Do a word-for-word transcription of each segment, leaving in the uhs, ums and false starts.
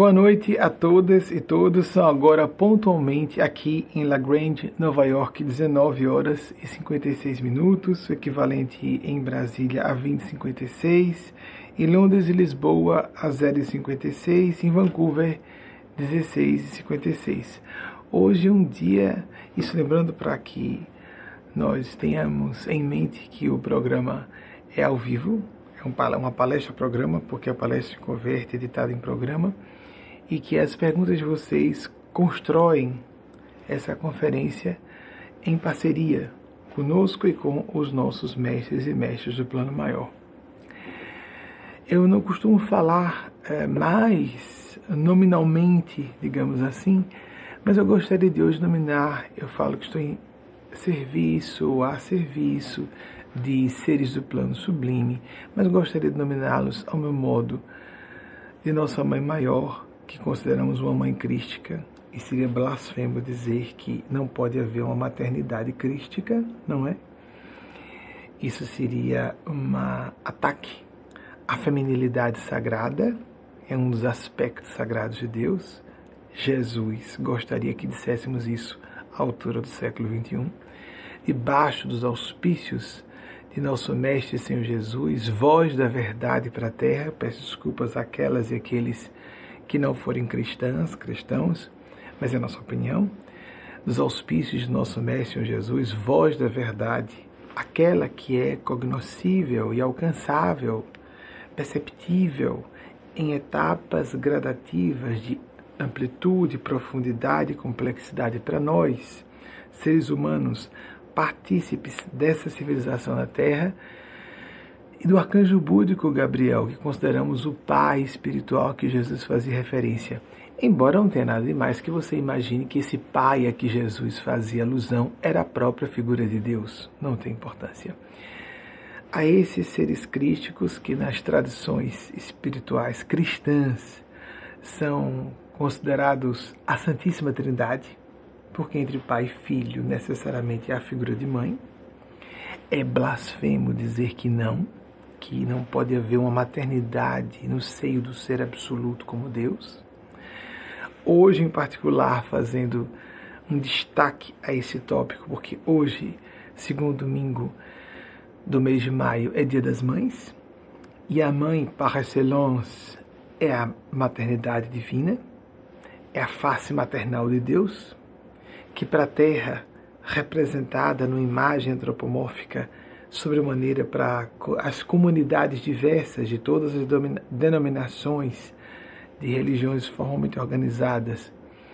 Boa noite a todas e todos. São agora pontualmente aqui em La Grande, Nova York, dezenove horas e cinquenta e seis minutos, o equivalente em Brasília a vinte e cinquenta e seis, em Londres e Lisboa a zero e cinquenta e seis, em Vancouver dezesseis e cinquenta e seis. Hoje é um dia, isso lembrando para que nós tenhamos em mente que o programa é ao vivo, é uma palestra-programa, porque a palestra se converte editada em programa, e que as perguntas de vocês constroem essa conferência em parceria conosco e com os nossos mestres e mestres do plano maior. Eu não costumo falar é, mais nominalmente, digamos assim, mas eu gostaria de hoje nominar, eu falo que estou em serviço, a serviço de seres do plano sublime, mas gostaria de nominá-los ao meu modo de nossa Mãe Maior, que consideramos uma mãe crística, e seria blasfemo dizer que não pode haver uma maternidade crística, não é? Isso seria um ataque à feminilidade sagrada, é um dos aspectos sagrados de Deus. Jesus gostaria que disséssemos isso à altura do século vinte e um, debaixo dos auspícios de nosso Mestre Senhor Jesus, voz da verdade para a terra. Peço desculpas àquelas e àqueles que não forem cristãs, cristãos, mas é a nossa opinião, dos auspícios de nosso Mestre Senhor Jesus, voz da verdade, aquela que é cognoscível e alcançável, perceptível em etapas gradativas de amplitude, profundidade e complexidade para nós, seres humanos, partícipes dessa civilização na Terra, e do arcanjo búdico Gabriel, que consideramos o pai espiritual que Jesus fazia referência. Embora não tenha nada de mais que você imagine que esse pai a que Jesus fazia alusão era a própria figura de Deus. Não tem importância. A esses seres crísticos que nas tradições espirituais cristãs são considerados a Santíssima Trindade, porque entre pai e filho necessariamente é a figura de mãe. É blasfemo dizer que não, que não pode haver uma maternidade no seio do ser absoluto como Deus. Hoje, em particular, fazendo um destaque a esse tópico, porque hoje, segundo domingo do mês de maio, é Dia das Mães, e a mãe, par excellence, é a maternidade divina, é a face maternal de Deus, que para a Terra, representada numa imagem antropomórfica, sobremaneira para as comunidades diversas de todas as denominações de religiões formalmente organizadas,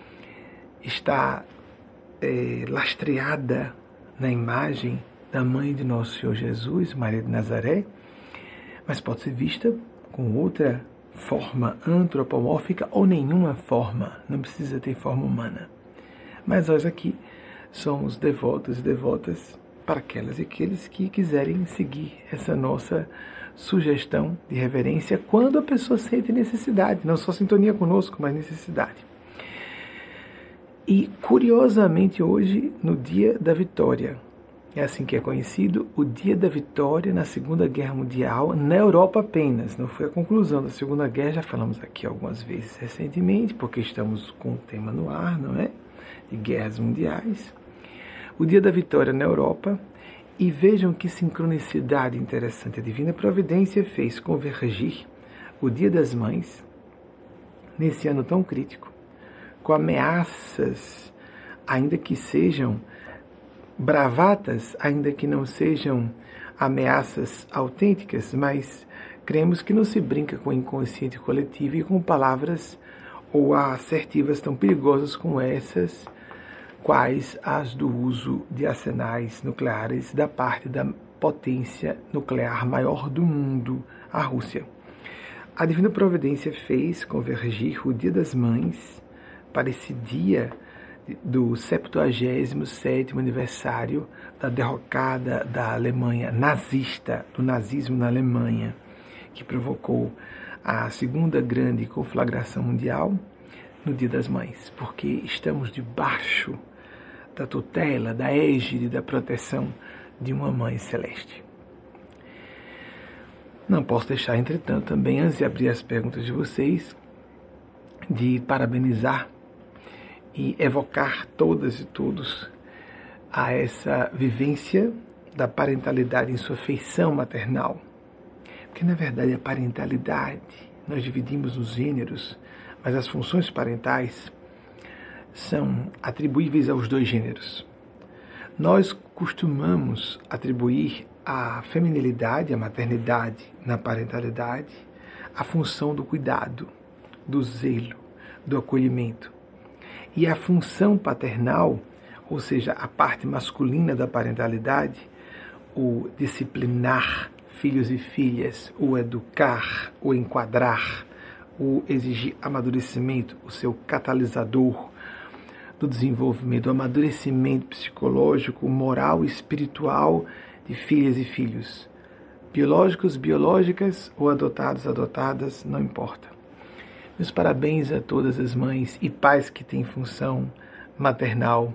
está é, lastreada na imagem da mãe de nosso Senhor Jesus, Maria de Nazaré, mas pode ser vista com outra forma antropomórfica ou nenhuma forma, não precisa ter forma humana. Mas nós aqui somos devotos e devotas para aquelas e aqueles que quiserem seguir essa nossa sugestão de reverência quando a pessoa sente necessidade, não só sintonia conosco, mas necessidade. E, curiosamente, hoje, no Dia da Vitória, é assim que é conhecido, o Dia da Vitória na Segunda Guerra Mundial, na Europa apenas, não foi a conclusão da Segunda Guerra, já falamos aqui algumas vezes recentemente, porque estamos com o tema no ar, não é? De guerras mundiais. O Dia da Vitória na Europa, e vejam que sincronicidade interessante. A Divina Providência fez convergir o Dia das Mães, nesse ano tão crítico, com ameaças, ainda que sejam bravatas, ainda que não sejam ameaças autênticas, mas cremos que não se brinca com o inconsciente coletivo e com palavras ou assertivas tão perigosas como essas, quais as do uso de arsenais nucleares da parte da potência nuclear maior do mundo, a Rússia. A Divina Providência fez convergir o Dia das Mães para esse dia do septuagésimo sétimo aniversário da derrocada da Alemanha nazista, do nazismo na Alemanha, que provocou a segunda grande conflagração mundial no Dia das Mães, porque estamos debaixo da tutela, da égide, da proteção de uma Mãe Celeste. Não posso deixar, entretanto, também, antes de abrir as perguntas de vocês, de parabenizar e evocar todas e todos a essa vivência da parentalidade em sua feição maternal. Porque, na verdade, a parentalidade, nós dividimos os gêneros, mas as funções parentais são atribuíveis aos dois gêneros. Nós costumamos atribuir à feminilidade, à maternidade, na parentalidade, a função do cuidado, do zelo, do acolhimento. E a função paternal, ou seja, a parte masculina da parentalidade, o disciplinar filhos e filhas, o educar, o enquadrar, o exigir amadurecimento, o seu catalisador do desenvolvimento, do amadurecimento psicológico, moral e espiritual de filhas e filhos, biológicos, biológicas ou adotados, adotadas, não importa. Meus parabéns a todas as mães e pais que têm função maternal.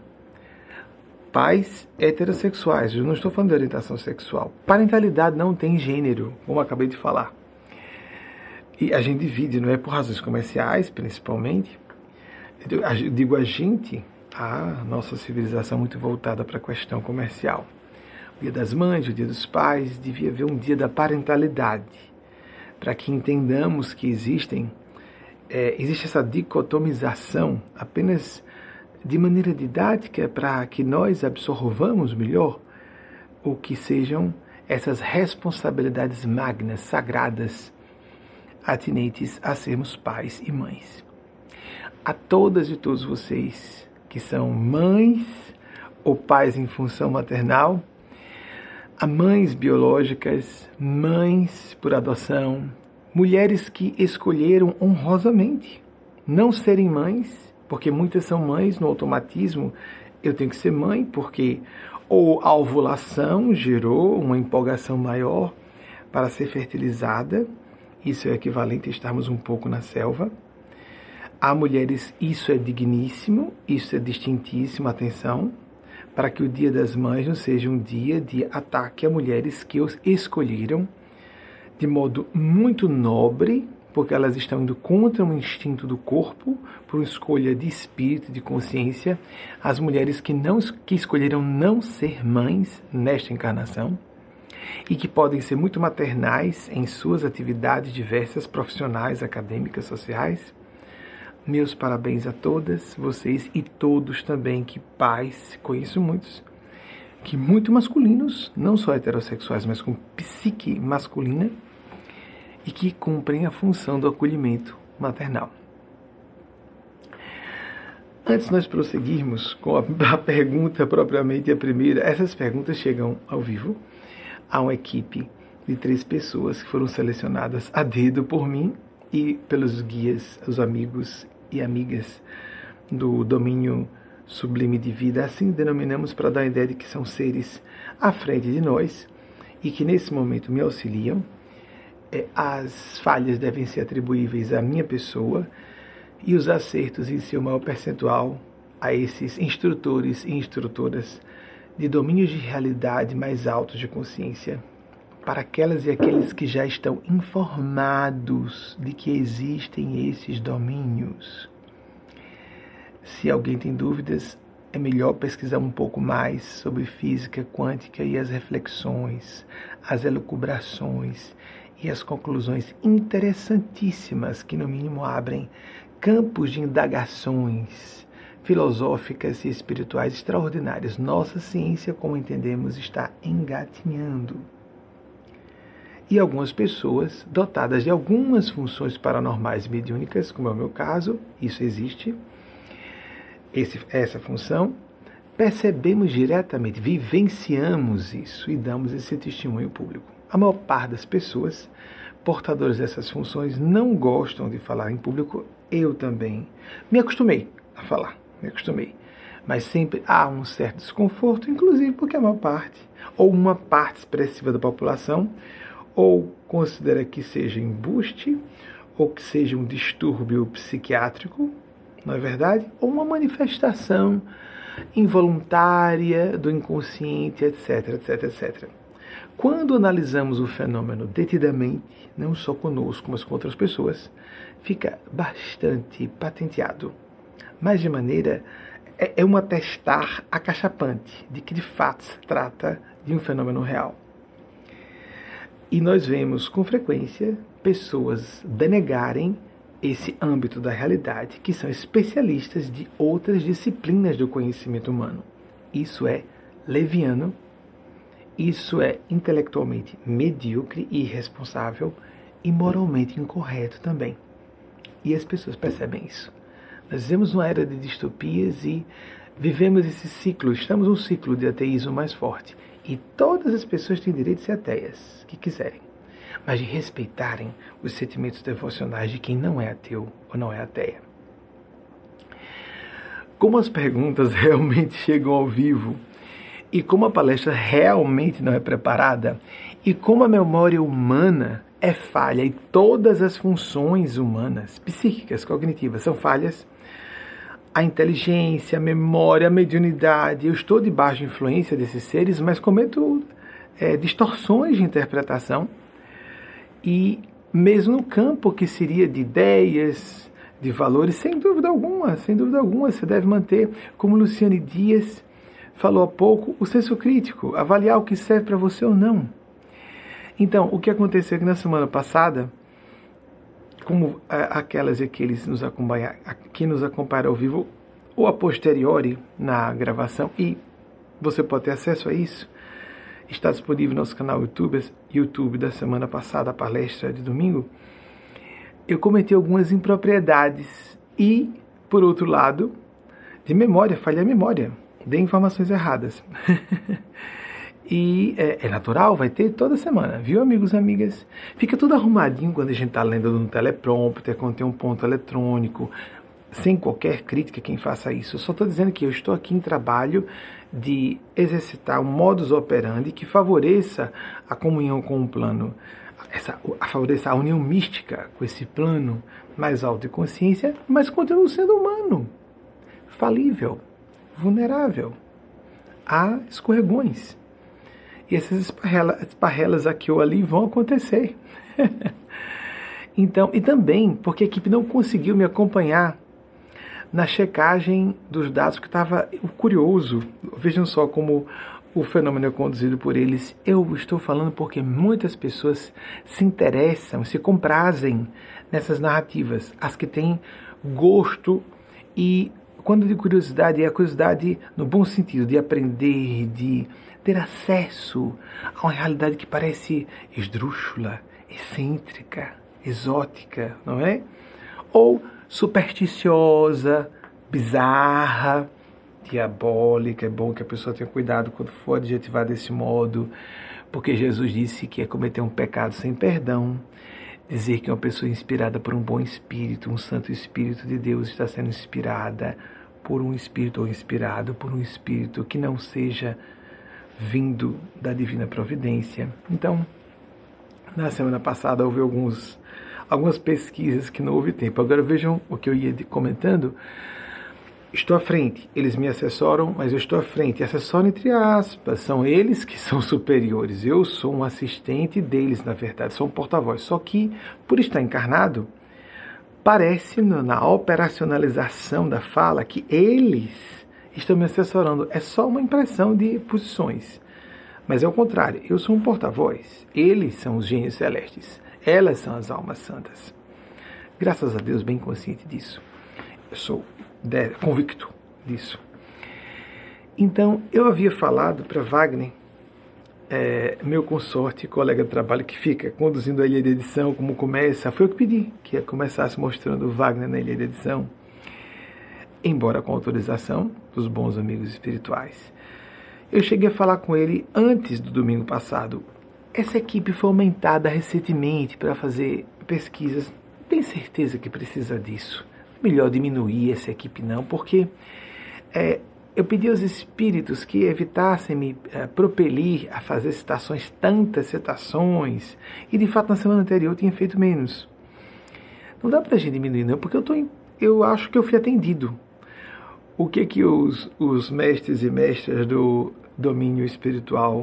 Pais heterossexuais, eu não estou falando de orientação sexual. Parentalidade não tem gênero, como eu acabei de falar. E a gente divide, não é por razões comerciais, principalmente. Eu digo a gente, a nossa civilização muito voltada para a questão comercial. O Dia das Mães, o Dia dos Pais, devia haver um dia da parentalidade, para que entendamos que existem, é, existe essa dicotomização apenas de maneira didática para que nós absorvamos melhor o que sejam essas responsabilidades magnas, sagradas, atinentes a sermos pais e mães. A todas e todos vocês que são mães ou pais em função maternal, a mães biológicas, mães por adoção, mulheres que escolheram honrosamente não serem mães, porque muitas são mães no automatismo, eu tenho que ser mãe porque ou a ovulação gerou uma empolgação maior para ser fertilizada, isso é equivalente a estarmos um pouco na selva. Há mulheres, isso é digníssimo, isso é distintíssimo, atenção, para que o Dia das Mães não seja um dia de ataque a mulheres que os escolheram de modo muito nobre, porque elas estão indo contra um instinto do corpo, por uma escolha de espírito, de consciência, as mulheres que, não, que escolheram não ser mães nesta encarnação e que podem ser muito maternais em suas atividades diversas, profissionais, acadêmicas, sociais. Meus parabéns a todas vocês e todos também que pais, conheço muitos, que muito masculinos, não só heterossexuais, mas com psique masculina, e que cumprem a função do acolhimento maternal. Antes de nós prosseguirmos com a, a pergunta propriamente, a primeira, essas perguntas chegam ao vivo a uma equipe de três pessoas que foram selecionadas a dedo por mim e pelos guias, os amigos e amigas do domínio sublime de vida, assim denominamos para dar a ideia de que são seres à frente de nós e que nesse momento me auxiliam. As falhas devem ser atribuíveis à minha pessoa e os acertos em seu maior percentual a esses instrutores e instrutoras de domínios de realidade mais altos de consciência, para aquelas e aqueles que já estão informados de que existem esses domínios. Se alguém tem dúvidas, é melhor pesquisar um pouco mais sobre física quântica e as reflexões, as elucubrações e as conclusões interessantíssimas que, no mínimo, abrem campos de indagações filosóficas e espirituais extraordinárias. Nossa ciência, como entendemos, está engatinhando. E algumas pessoas dotadas de algumas funções paranormais mediúnicas, como é o meu caso, isso existe, esse, essa função, percebemos diretamente, vivenciamos isso e damos esse testemunho público. A maior parte das pessoas portadoras dessas funções não gostam de falar em público. Eu também me acostumei a falar, me acostumei. Mas sempre há um certo desconforto, inclusive porque a maior parte, ou uma parte expressiva da população, ou considera que seja embuste, ou que seja um distúrbio psiquiátrico, não é verdade? Ou uma manifestação involuntária do inconsciente, etc, etc, etcétera. Quando analisamos o fenômeno detidamente, não só conosco, mas com outras pessoas, fica bastante patenteado. Mas de maneira, é, é um atestar acachapante de que de fato se trata de um fenômeno real. E nós vemos com frequência pessoas denegarem esse âmbito da realidade, que são especialistas de outras disciplinas do conhecimento humano. Isso é leviano, isso é intelectualmente medíocre e irresponsável e moralmente incorreto também. E as pessoas percebem isso. Nós vivemos uma era de distopias e vivemos esse ciclo, estamos num ciclo de ateísmo mais forte. E todas as pessoas têm direito de ser ateias, que quiserem, mas de respeitarem os sentimentos devocionais de quem não é ateu ou não é ateia. Como as perguntas realmente chegam ao vivo, e como a palestra realmente não é preparada, e como a memória humana é falha, e todas as funções humanas, psíquicas, cognitivas, são falhas, a inteligência, a memória, a mediunidade, eu estou debaixo de influência desses seres, mas cometo é, distorções de interpretação, e mesmo no campo que seria de ideias, de valores, sem dúvida alguma, sem dúvida alguma, você deve manter, como Luciane Dias falou há pouco, o senso crítico, avaliar o que serve para você ou não. Então, o que aconteceu aqui na semana passada, como aquelas e aqueles nos acompanhar, que nos acompanharam ao vivo ou a posteriori na gravação, e você pode ter acesso a isso, está disponível no nosso canal YouTube, YouTube da semana passada, a palestra de domingo. Eu cometi algumas impropriedades e, por outro lado, de memória, falhei a memória, dei informações erradas. E é, é natural, vai ter toda semana, viu, amigos e amigas? Fica tudo arrumadinho quando a gente está lendo no teleprompter, quando tem um ponto eletrônico, sem qualquer crítica quem faça isso. Eu só estou dizendo que eu estou aqui em trabalho de exercitar um modus operandi que favoreça a comunhão com o plano, essa, a favoreça a união mística com esse plano mais alto de consciência, mas continuo sendo humano, falível, vulnerável, há escorregões. E essas esparrelas, esparrelas aqui ou ali vão acontecer. Então, e também porque a equipe não conseguiu me acompanhar na checagem dos dados, porque estava curioso. Vejam só como o fenômeno é conduzido por eles. Eu estou falando porque muitas pessoas se interessam, se comprazem nessas narrativas, as que têm gosto e, quando de curiosidade, é a curiosidade no bom sentido, de aprender, de ter acesso a uma realidade que parece esdrúxula, excêntrica, exótica, não é? Ou supersticiosa, bizarra, diabólica. É bom que a pessoa tenha cuidado quando for adjetivar desse modo, porque Jesus disse que é cometer um pecado sem perdão. Dizer que uma pessoa inspirada por um bom espírito, um santo espírito de Deus, está sendo inspirada por um espírito ou inspirado por um espírito que não seja vindo da divina providência. Então, na semana passada houve alguns, algumas pesquisas que não houve tempo. Agora vejam o que eu ia comentando. Estou à frente, eles me assessoram, mas eu estou à frente. Assessoram entre aspas, são eles que são superiores. Eu sou um assistente deles, na verdade, sou um porta-voz. Só que, por estar encarnado, parece na operacionalização da fala que eles estão me assessorando. É só uma impressão de posições. Mas é o contrário, eu sou um porta-voz. Eles são os gênios celestes. Elas são as almas santas. Graças a Deus, bem consciente disso. Eu sou de, convicto disso. Então, eu havia falado para Wagner, é, meu consorte, colega de trabalho, que fica conduzindo a ilha de edição, como começa, foi eu que pedi que começasse mostrando o Wagner na ilha de edição, embora com autorização dos bons amigos espirituais. Eu cheguei a falar com ele antes do domingo passado. Essa equipe foi aumentada recentemente para fazer pesquisas. Tem certeza que precisa disso? Melhor diminuir essa equipe não, porque é, eu pedi aos espíritos que evitassem me é, propelir a fazer citações, tantas citações, e de fato na semana anterior eu tinha feito menos. Não dá para a gente diminuir não, porque eu, tô em, eu acho que eu fui atendido. O que que os, os mestres e mestras do domínio espiritual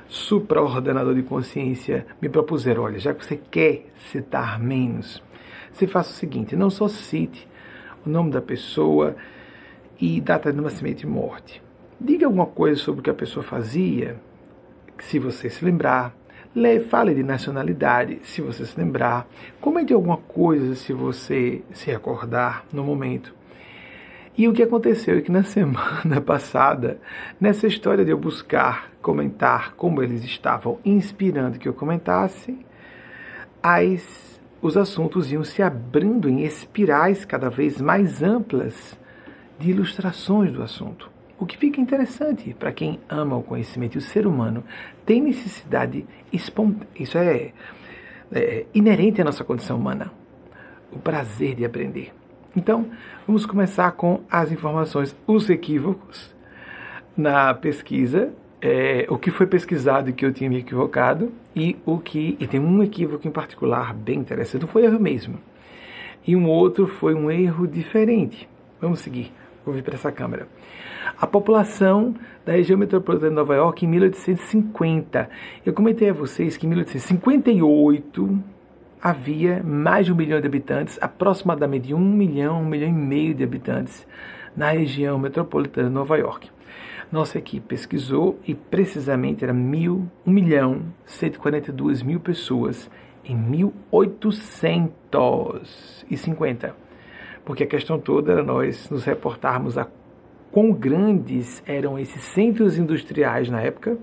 supraordenador de consciência, me propuseram, olha, já que você quer citar menos, você faça o seguinte, não só cite o nome da pessoa e data de nascimento e morte. Diga alguma coisa sobre o que a pessoa fazia, se você se lembrar. Fale de nacionalidade, se você se lembrar. Comente alguma coisa, se você se recordar no momento. E o que aconteceu é que na semana passada, nessa história de eu buscar comentar como eles estavam inspirando que eu comentasse, as, os assuntos iam se abrindo em espirais cada vez mais amplas de ilustrações do assunto. O que fica interessante para quem ama o conhecimento, e o ser humano tem necessidade espontânea, isso é, é inerente à nossa condição humana, o prazer de aprender. Então, vamos começar com as informações, os equívocos na pesquisa, é, o que foi pesquisado e que eu tinha me equivocado, e o que, e tem um equívoco em particular bem interessante, não foi erro mesmo, e um outro foi um erro diferente. Vamos seguir, vou vir para essa câmera. A população da região metropolitana de Nova York em mil oitocentos e cinquenta. Eu comentei a vocês que em mil oitocentos e cinquenta e oito havia mais de um milhão de habitantes, aproximadamente um milhão, um milhão e meio de habitantes na região metropolitana de Nova York. Nossa equipe pesquisou e precisamente era mil, um milhão, cento e quarenta e duas mil pessoas em mil oitocentos e cinquenta. Porque a questão toda era nós nos reportarmos a quão grandes eram esses centros industriais na época.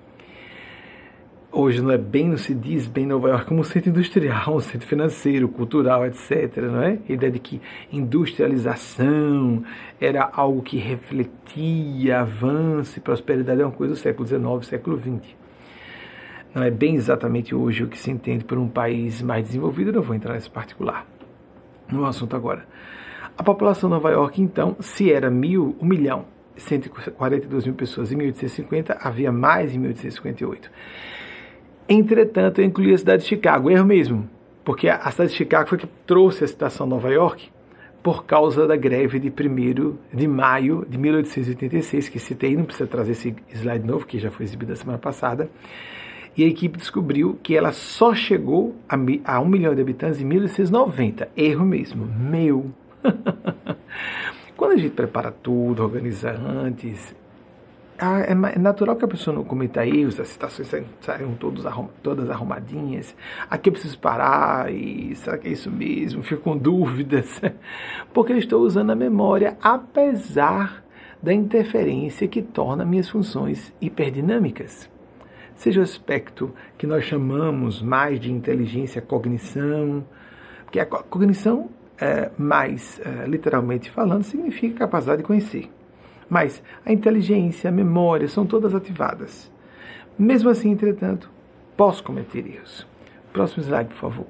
Hoje não é bem, não se diz bem Nova York como um centro industrial, um centro financeiro, cultural, etcétera. Não é? A ideia de que industrialização era algo que refletia avanço e prosperidade é uma coisa do século dezenove, século vinte. Não é bem exatamente hoje o que se entende por um país mais desenvolvido, não vou entrar nesse particular, no assunto agora. A população de Nova York, então, se era mil, um milhão, cento e quarenta e duas mil pessoas em mil oitocentos e cinquenta, havia mais em mil oitocentos e cinquenta e oito. Entretanto, eu incluí a cidade de Chicago, erro mesmo, porque a cidade de Chicago foi que trouxe a citação Nova York por causa da greve de primeiro de maio de mil oitocentos e oitenta e seis, que citei, não precisa trazer esse slide novo, que já foi exibido a semana passada, e a equipe descobriu que ela só chegou a, a um milhão de habitantes em mil oitocentos e noventa, erro mesmo, meu. Quando a gente prepara tudo, organiza antes, é natural que a pessoa não cometa erros, as citações saiam todas, arrum, todas arrumadinhas, aqui eu preciso parar, e será que é isso mesmo? Fico com dúvidas, porque eu estou usando a memória, apesar da interferência que torna minhas funções hiperdinâmicas. Seja o aspecto que nós chamamos mais de inteligência, cognição, porque a cognição, É, mais é, literalmente falando, significa capacidade de conhecer. Mas a inteligência, a memória, são todas ativadas. Mesmo assim, entretanto, posso cometer erros. Próximo slide, por favor.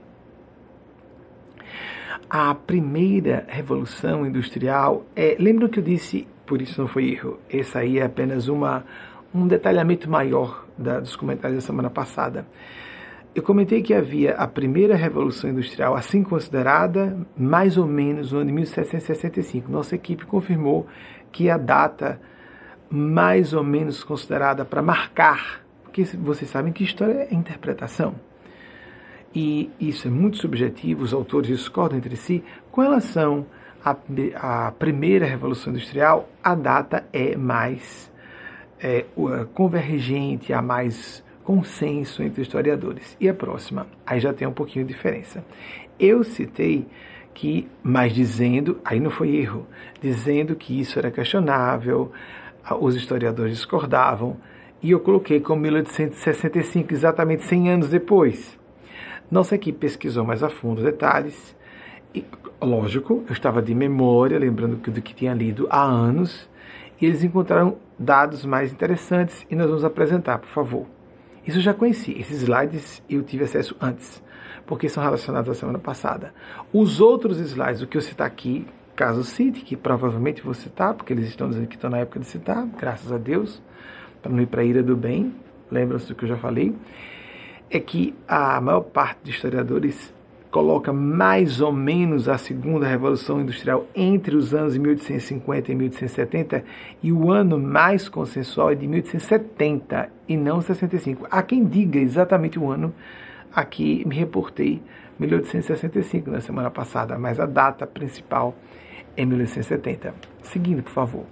A primeira revolução industrial, é, lembram que eu disse, por isso não foi erro, essa aí é apenas uma, um detalhamento maior da, dos comentários da semana passada. Eu comentei que havia a primeira revolução industrial, assim considerada, mais ou menos no ano de mil setecentos e sessenta e cinco. Nossa equipe confirmou que a data mais ou menos considerada para marcar, porque vocês sabem que história é interpretação. E isso é muito subjetivo, os autores discordam entre si. Com relação à, à primeira revolução industrial, a data é mais é, convergente, a mais consenso entre historiadores. E a próxima, aí já tem um pouquinho de diferença. Eu citei que, mas dizendo, aí não foi erro, dizendo que isso era questionável, os historiadores discordavam, e eu coloquei como mil oitocentos e sessenta e cinco, exatamente cem anos depois. Nossa equipe pesquisou mais a fundo os detalhes, e, lógico, eu estava de memória, lembrando do que tinha lido há anos, e eles encontraram dados mais interessantes, e nós vamos apresentar, por favor. Isso eu já conheci, esses slides eu tive acesso antes, porque são relacionados à semana passada. Os outros slides, o que eu citar aqui, caso cite, que provavelmente vou citar, porque eles estão dizendo que estão na época de citar, graças a Deus, para não ir para a ira do bem, lembram-se do que eu já falei, é que a maior parte de historiadores coloca mais ou menos a segunda Revolução Industrial entre os anos de mil oitocentos e cinquenta e mil oitocentos e setenta, e o ano mais consensual é de mil oitocentos e setenta e não sessenta e cinco. Há quem diga exatamente o ano, aqui me reportei mil oitocentos e sessenta e cinco na semana passada, mas a data principal é mil oitocentos e setenta. Seguindo, por favor.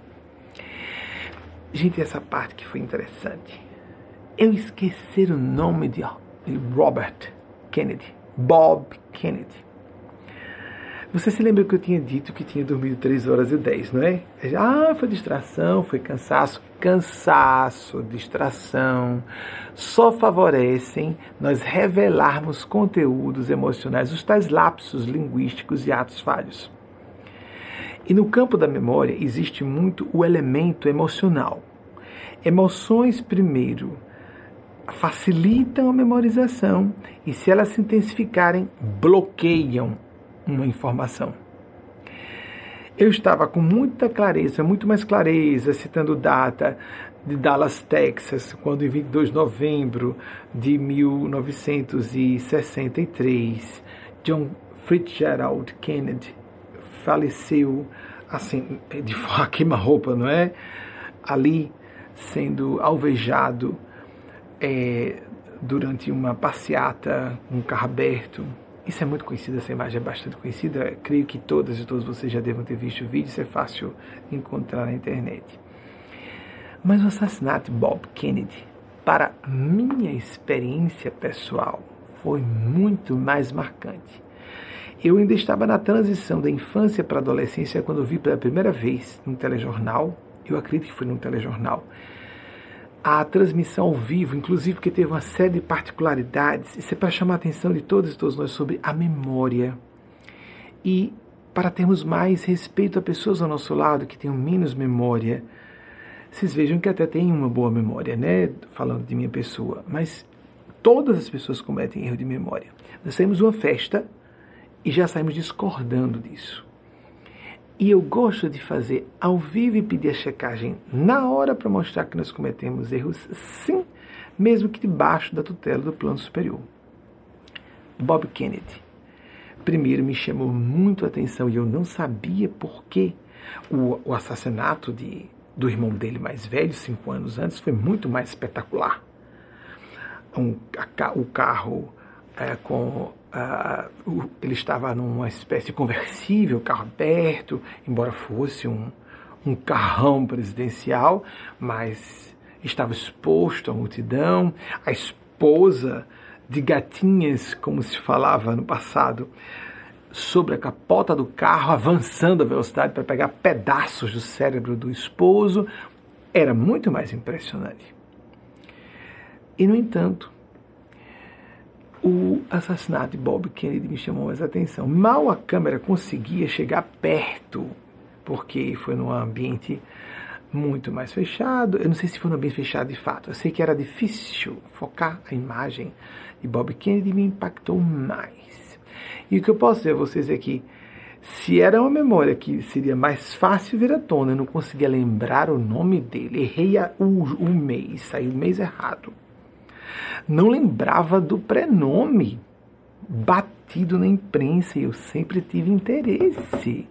Gente, essa parte que foi interessante. Eu esqueci o nome de Robert Kennedy. Bob Kennedy. Você se lembra que eu tinha dito que tinha dormido três horas e dez, não é? Ah, foi distração, foi cansaço. Cansaço, distração, só favorecem nós revelarmos conteúdos emocionais, os tais lapsos linguísticos e atos falhos. E no campo da memória existe muito o elemento emocional. Emoções, primeiro, facilitam a memorização e, se elas se intensificarem, bloqueiam uma informação. Eu estava com muita clareza, muito mais clareza, citando data de Dallas, Texas, quando em vinte e dois de novembro de mil novecentos e sessenta e três, John Fitzgerald Kennedy faleceu, assim, de queima-roupa, não é? Ali, sendo alvejado é, durante uma passeata, um carro aberto. Isso é muito conhecido, essa imagem é bastante conhecida. Creio que todas e todos vocês já devam ter visto o vídeo, isso é fácil encontrar na internet. Mas o assassinato de Bob Kennedy, para minha experiência pessoal, foi muito mais marcante. Eu ainda estava na transição da infância para a adolescência quando vi pela primeira vez num telejornal, eu acredito que foi num telejornal, a transmissão ao vivo, inclusive porque teve uma série de particularidades, isso é para chamar a atenção de todos e todos nós sobre a memória. E para termos mais respeito a pessoas ao nosso lado que tenham menos memória. Vocês vejam que até tem uma boa memória, né? Falando de minha pessoa, mas todas as pessoas cometem erro de memória. Nós saímos de uma festa e já saímos discordando disso. E eu gosto de fazer ao vivo e pedir a checagem na hora para mostrar que nós cometemos erros, sim, mesmo que debaixo da tutela do plano superior. Bob Kennedy, primeiro me chamou muito a atenção e eu não sabia por quê. O, o assassinato de, do irmão dele mais velho, cinco anos antes, foi muito mais espetacular. Um, a, o carro é, com... Uh, ele estava numa espécie de conversível, carro aberto, embora fosse um, um carrão presidencial, mas estava exposto à multidão. A esposa de gatinhas, como se falava no passado, sobre a capota do carro, avançando a velocidade para pegar pedaços do cérebro do esposo, era muito mais impressionante. E, no entanto, o assassinato de Bob Kennedy me chamou mais a atenção. Mal a câmera conseguia chegar perto, porque foi num ambiente muito mais fechado. Eu não sei se foi num ambiente fechado de fato. Eu sei que era difícil focar a imagem de Bob Kennedy e me impactou mais. E o que eu posso dizer a vocês é que, se era uma memória que seria mais fácil vir à tona, eu não conseguia lembrar o nome dele. Errei o, o mês, saiu o mês errado. Não lembrava do prenome batido na imprensa e eu sempre tive interesse.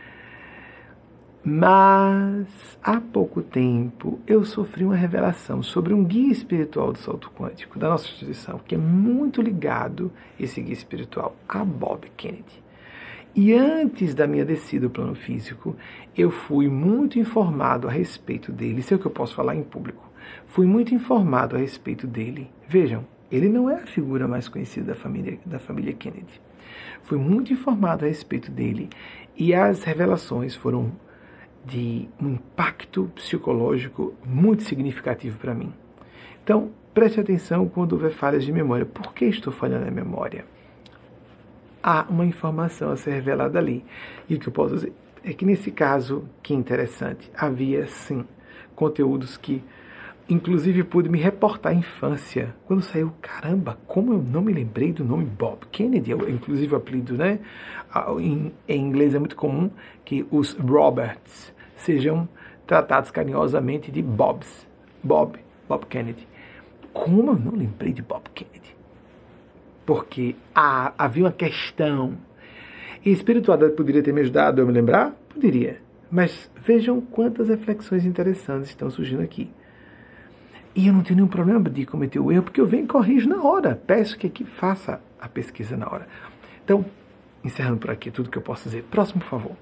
Mas, há pouco tempo, eu sofri uma revelação sobre um guia espiritual do salto quântico da nossa instituição, que é muito ligado, esse guia espiritual, a Bob Kennedy. E antes da minha descida ao plano físico, eu fui muito informado a respeito dele, isso é o que eu posso falar em público. Fui muito informado a respeito dele. Vejam, ele não é a figura mais conhecida da família, da família Kennedy. Fui muito informado a respeito dele e as revelações foram de um impacto psicológico muito significativo para mim. Então, preste atenção quando houver falhas de memória. Por que estou falhando a memória? Há uma informação a ser revelada ali. E o que eu posso dizer é que nesse caso, que interessante, havia sim conteúdos que inclusive pude me reportar à infância. Quando saiu, caramba, como eu não me lembrei do nome Bob Kennedy, inclusive o apelido, né? Em, em inglês é muito comum que os Roberts sejam tratados carinhosamente de Bobs. Bob, Bob Kennedy. Como eu não lembrei de Bob Kennedy? porque ah, havia uma questão. E a espiritualidade poderia ter me ajudado a me lembrar? Poderia. Mas vejam quantas reflexões interessantes estão surgindo aqui. E eu não tenho nenhum problema de cometer o erro, porque eu venho e corrijo na hora. Peço que aqui faça a pesquisa na hora. Então, encerrando por aqui tudo que eu posso dizer. Próximo, por favor.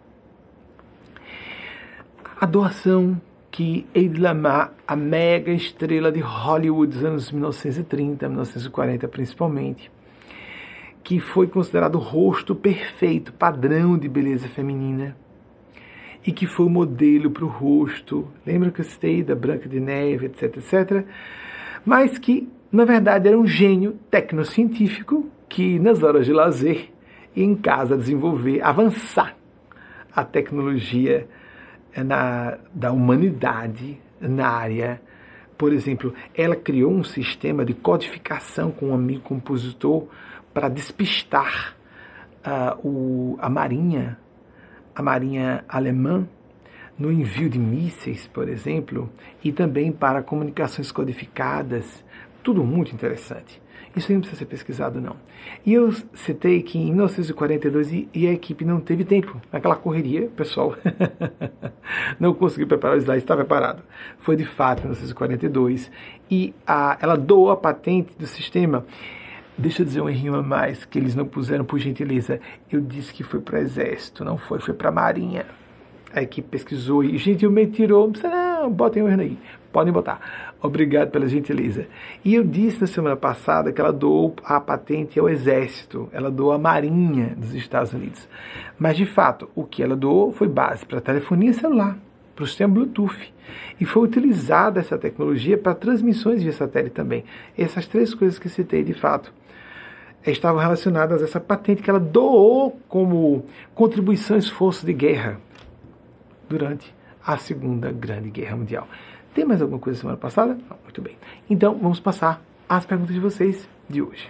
A doação que Hedy Lamarr, a mega estrela de Hollywood dos anos mil novecentos e trinta, mil novecentos e quarenta principalmente, que foi considerado o rosto perfeito, padrão de beleza feminina, e que foi o modelo para o rosto, lembra que eu citei da Branca de Neve, etc, etcétera, mas que, na verdade, era um gênio tecnocientífico que, nas horas de lazer, ia em casa desenvolver, avançar a tecnologia na, da humanidade na área. Por exemplo, ela criou um sistema de codificação com um amigo compositor para despistar uh, o, a marinha, a marinha alemã, no envio de mísseis, por exemplo, e também para comunicações codificadas. Tudo muito interessante. Isso aí não precisa ser pesquisado, não. E eu citei que em mil novecentos e quarenta e dois e, e a equipe não teve tempo. Naquela correria, pessoal não conseguiu preparar o slide, estava preparado. Foi de fato em mil novecentos e quarenta e dois. E a, ela doou a patente do sistema. Deixa eu dizer um errinho a mais, que eles não puseram por gentileza. Eu disse que foi para o exército, não foi, foi para a marinha. A equipe pesquisou e gentilmente tirou. Não precisa não, botem o erro aí. Podem botar. Obrigado pela gentileza. E eu disse na semana passada que ela doou a patente ao exército. Ela doou à marinha dos Estados Unidos. Mas, de fato, o que ela doou foi base para telefonia celular, para o sistema Bluetooth. E foi utilizada essa tecnologia para transmissões via satélite também. Essas três coisas que citei, de fato, estavam relacionadas a essa patente que ela doou como contribuição ao esforço de guerra durante a Segunda Grande Guerra Mundial. Tem mais alguma coisa semana passada? Não, muito bem. Então, vamos passar às perguntas de vocês de hoje.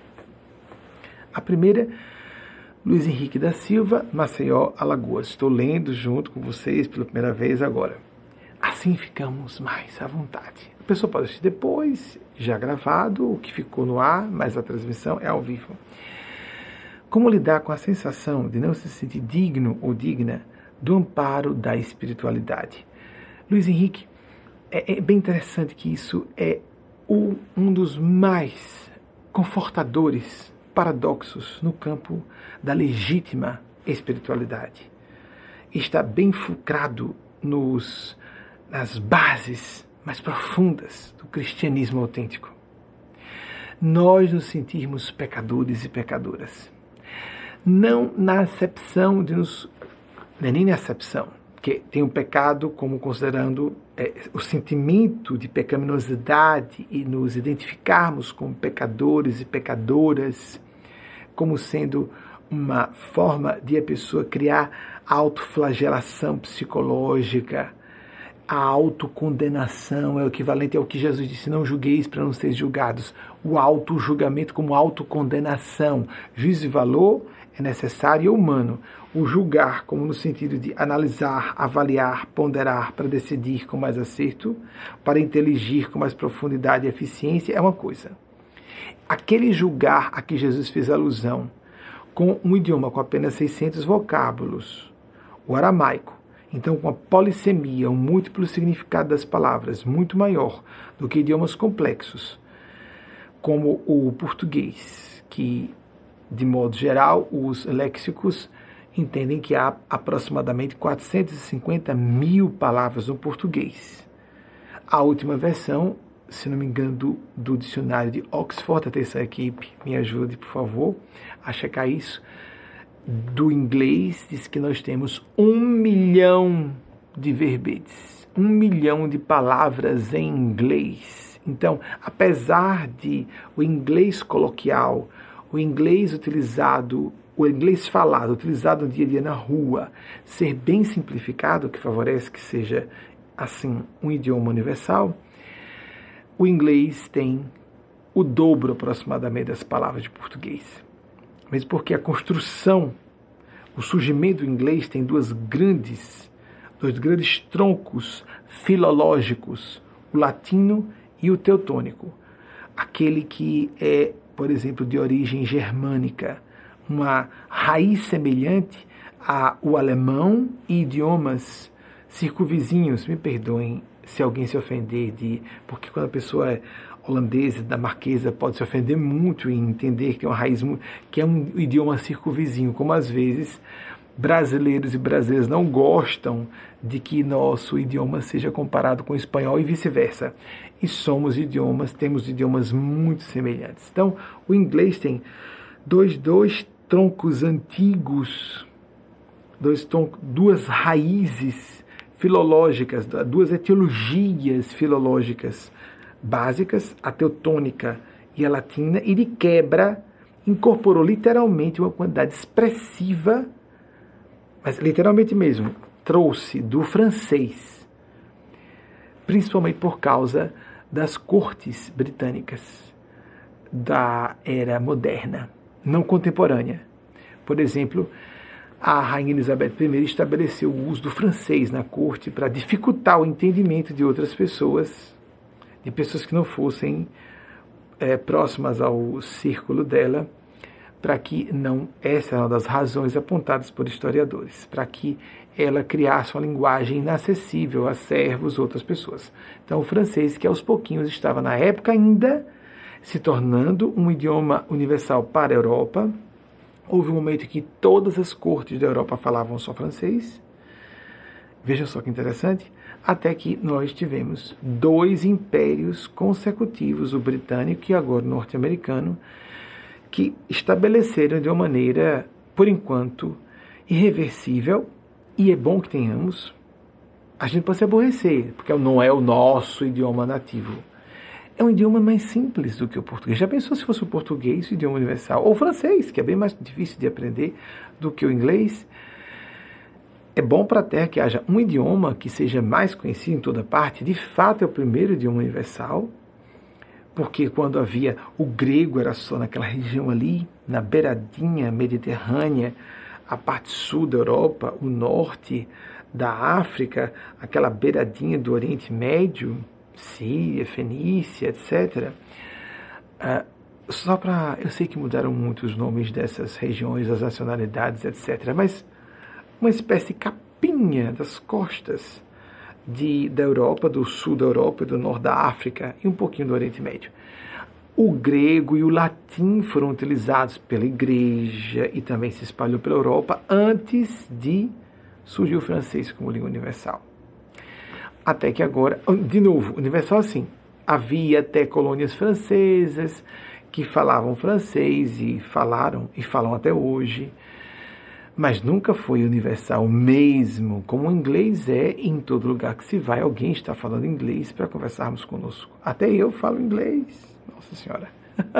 A primeira, Luiz Henrique da Silva, Maceió, Alagoas. Estou lendo junto com vocês pela primeira vez agora. Assim ficamos mais à vontade. A pessoa pode assistir depois, já gravado, o que ficou no ar, mas a transmissão é ao vivo. Como lidar com a sensação de não se sentir digno ou digna do amparo da espiritualidade? Luiz Henrique, é, é bem interessante que isso é o, um dos mais confortadores paradoxos no campo da legítima espiritualidade. Está bem fulcrado nos, nas bases mais profundas do cristianismo autêntico. Nós nos sentirmos pecadores e pecadoras. Não na acepção de nos... Não é nem na acepção, porque tem o pecado como considerando é, o sentimento de pecaminosidade e nos identificarmos como pecadores e pecadoras, como sendo uma forma de a pessoa criar autoflagelação psicológica. A autocondenação é o equivalente ao que Jesus disse: não julgueis para não seres julgados. O autojulgamento como autocondenação. Juízo e valor é necessário e é humano. O julgar, como no sentido de analisar, avaliar, ponderar para decidir com mais acerto, para inteligir com mais profundidade e eficiência, é uma coisa. Aquele julgar a que Jesus fez alusão, com um idioma com apenas seiscentos vocábulos, o aramaico, então com a polissemia, um múltiplo significado das palavras, muito maior do que idiomas complexos, como o português, que, de modo geral, os léxicos entendem que há aproximadamente quatrocentas e cinquenta mil palavras no português. A última versão, se não me engano, do, do dicionário de Oxford, atenção equipe, me ajude, por favor, a checar isso, do inglês, diz que nós temos um milhão de verbetes, um milhão de palavras em inglês. Então, apesar de o inglês coloquial, o inglês utilizado, o inglês falado, utilizado no dia a dia na rua, ser bem simplificado, que favorece que seja, assim, um idioma universal, o inglês tem o dobro aproximadamente das palavras de português. Mesmo porque a construção, o surgimento do inglês tem duas grandes, dois grandes troncos filológicos, o latino e o teutônico. Aquele que é por exemplo, de origem germânica, uma raiz semelhante ao alemão e idiomas circunvizinhos. Me perdoem se alguém se ofender, de, porque quando a pessoa é holandesa, dinamarquesa, pode se ofender muito em entender que é uma raiz, que é um idioma circunvizinho, como às vezes brasileiros e brasileiras não gostam de que nosso idioma seja comparado com o espanhol e vice-versa. E somos idiomas, temos idiomas muito semelhantes. Então, o inglês tem dois, dois troncos antigos, dois troncos, duas raízes filológicas, duas etiologias filológicas básicas, a teutônica e a latina, e de quebra incorporou literalmente uma quantidade expressiva, mas literalmente mesmo, trouxe do francês, principalmente por causa das cortes britânicas da era moderna, não contemporânea. Por exemplo, a Rainha Elizabeth I estabeleceu o uso do francês na corte para dificultar o entendimento de outras pessoas, de pessoas que não fossem é, próximas ao círculo dela, para que não, essa é uma das razões apontadas por historiadores, para que ela criasse uma linguagem inacessível a servos, outras pessoas. Então, o francês, que aos pouquinhos estava na época ainda se tornando um idioma universal para a Europa. Houve um momento em que todas as cortes da Europa falavam só francês. Vejam só que interessante. Até que nós tivemos dois impérios consecutivos, o britânico e agora o norte-americano, que estabeleceram de uma maneira, por enquanto, irreversível, e é bom que tenhamos. A gente pode se aborrecer, porque não é o nosso idioma nativo. É um idioma mais simples do que o português. Já pensou se fosse o português, o idioma universal? Ou o francês, que é bem mais difícil de aprender do que o inglês. É bom para a Terra que haja um idioma que seja mais conhecido em toda parte. De fato, é o primeiro idioma universal, porque quando havia o grego era só naquela região ali, na beiradinha mediterrânea, a parte sul da Europa, o norte da África, aquela beiradinha do Oriente Médio, Síria, Fenícia, etcétera. Uh, só para... Eu sei que mudaram muito os nomes dessas regiões, as nacionalidades, etcétera, mas uma espécie de capinha das costas de, da Europa, do sul da Europa e do norte da África e um pouquinho do Oriente Médio. O grego e o latim foram utilizados pela igreja e também se espalhou pela Europa antes de surgir o francês como língua universal. Até que agora, de novo, universal assim, havia até colônias francesas que falavam francês e falaram e falam até hoje, mas nunca foi universal mesmo, como o inglês é em todo lugar que se vai, alguém está falando inglês para conversarmos conosco. Até eu falo inglês. Nossa Senhora.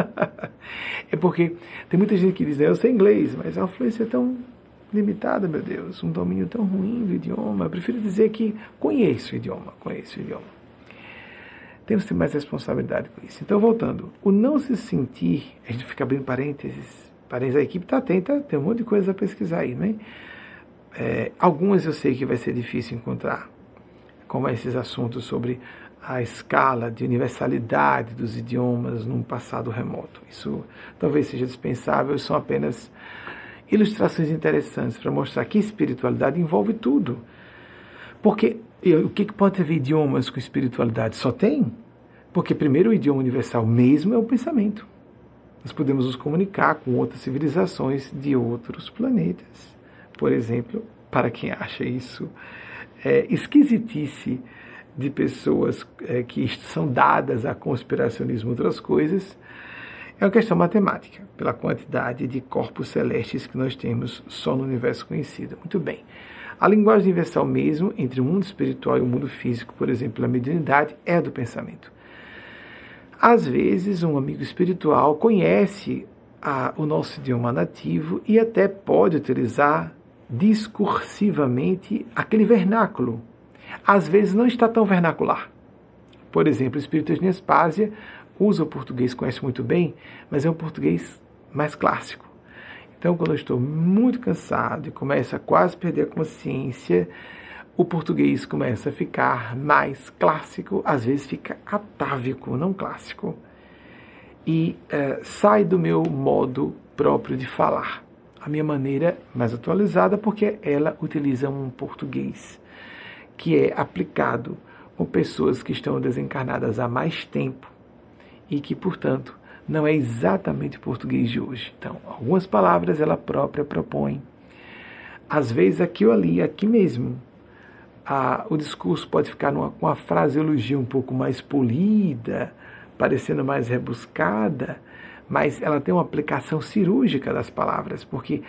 É porque tem muita gente que diz, eu sei inglês, mas a fluência é tão limitada, meu Deus, um domínio tão ruim do idioma. Eu prefiro dizer que conheço o idioma, conheço o idioma. Temos que ter mais responsabilidade com isso. Então, voltando, o não se sentir, a gente fica abrindo parênteses, parênteses, a equipe está atenta, tem um monte de coisa a pesquisar aí, né? É, algumas eu sei que vai ser difícil encontrar, como esses assuntos sobre a escala de universalidade dos idiomas num passado remoto. Isso talvez seja dispensável, são apenas ilustrações interessantes para mostrar que espiritualidade envolve tudo. Porque o que pode ter a ver idiomas com espiritualidade? Só tem. Porque primeiro o idioma universal mesmo é o pensamento. Nós podemos nos comunicar com outras civilizações de outros planetas. Por exemplo, para quem acha isso é, esquisitice de pessoas é, que são dadas a conspiracionismo e outras coisas, é uma questão matemática, pela quantidade de corpos celestes que nós temos só no universo conhecido. Muito bem. A linguagem universal mesmo, entre o mundo espiritual e o mundo físico, por exemplo, a mediunidade, é a do pensamento. Às vezes, um amigo espiritual conhece a, o nosso idioma nativo e até pode utilizar discursivamente aquele vernáculo. Às vezes não está tão vernacular. Por exemplo, o espírito de Nespásia usa o português, conhece muito bem, mas é um português mais clássico. Então, quando eu estou muito cansado e começo a quase perder a consciência, o português começa a ficar mais clássico, às vezes fica atávico, não clássico. e uh, sai do meu modo próprio de falar. A minha maneira mais atualizada, porque ela utiliza um português que é aplicado com pessoas que estão desencarnadas há mais tempo e que, portanto, não é exatamente o português de hoje. Então, algumas palavras ela própria propõe. Às vezes, aqui ou ali, aqui mesmo, a, o discurso pode ficar numa, com a fraseologia um pouco mais polida, parecendo mais rebuscada, mas ela tem uma aplicação cirúrgica das palavras, porque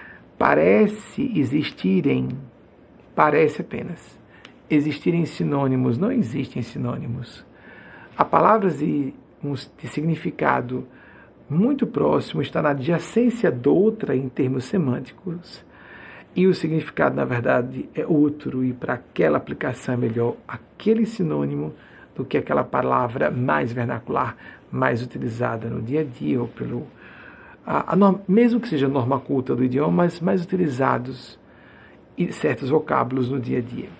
parece existirem, parece apenas, existirem sinônimos, não existem sinônimos. Há palavras de, de significado muito próximo, está na adjacência de outra em termos semânticos, e o significado, na verdade, é outro, e para aquela aplicação é melhor aquele sinônimo do que aquela palavra mais vernacular, mais utilizada no dia a dia, ou pelo, a, a norma, mesmo que seja a norma culta do idioma, mas mais utilizados e certos vocábulos no dia a dia.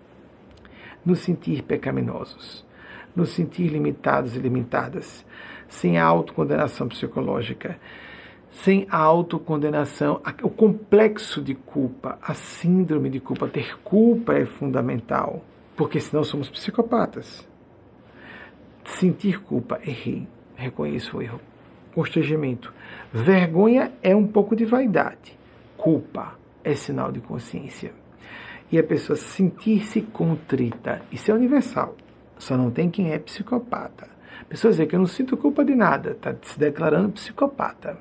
Nos sentir pecaminosos, nos sentir limitados e limitadas, sem a autocondenação psicológica, sem a autocondenação, o complexo de culpa, a síndrome de culpa. Ter culpa é fundamental, porque senão somos psicopatas. Sentir culpa, errei, reconheço o erro. Constrangimento. Vergonha é um pouco de vaidade. Culpa é sinal de consciência. E a pessoa sentir-se contrita, isso é universal. Só não tem quem é psicopata. A pessoa dizer que eu não sinto culpa de nada, está se declarando psicopata.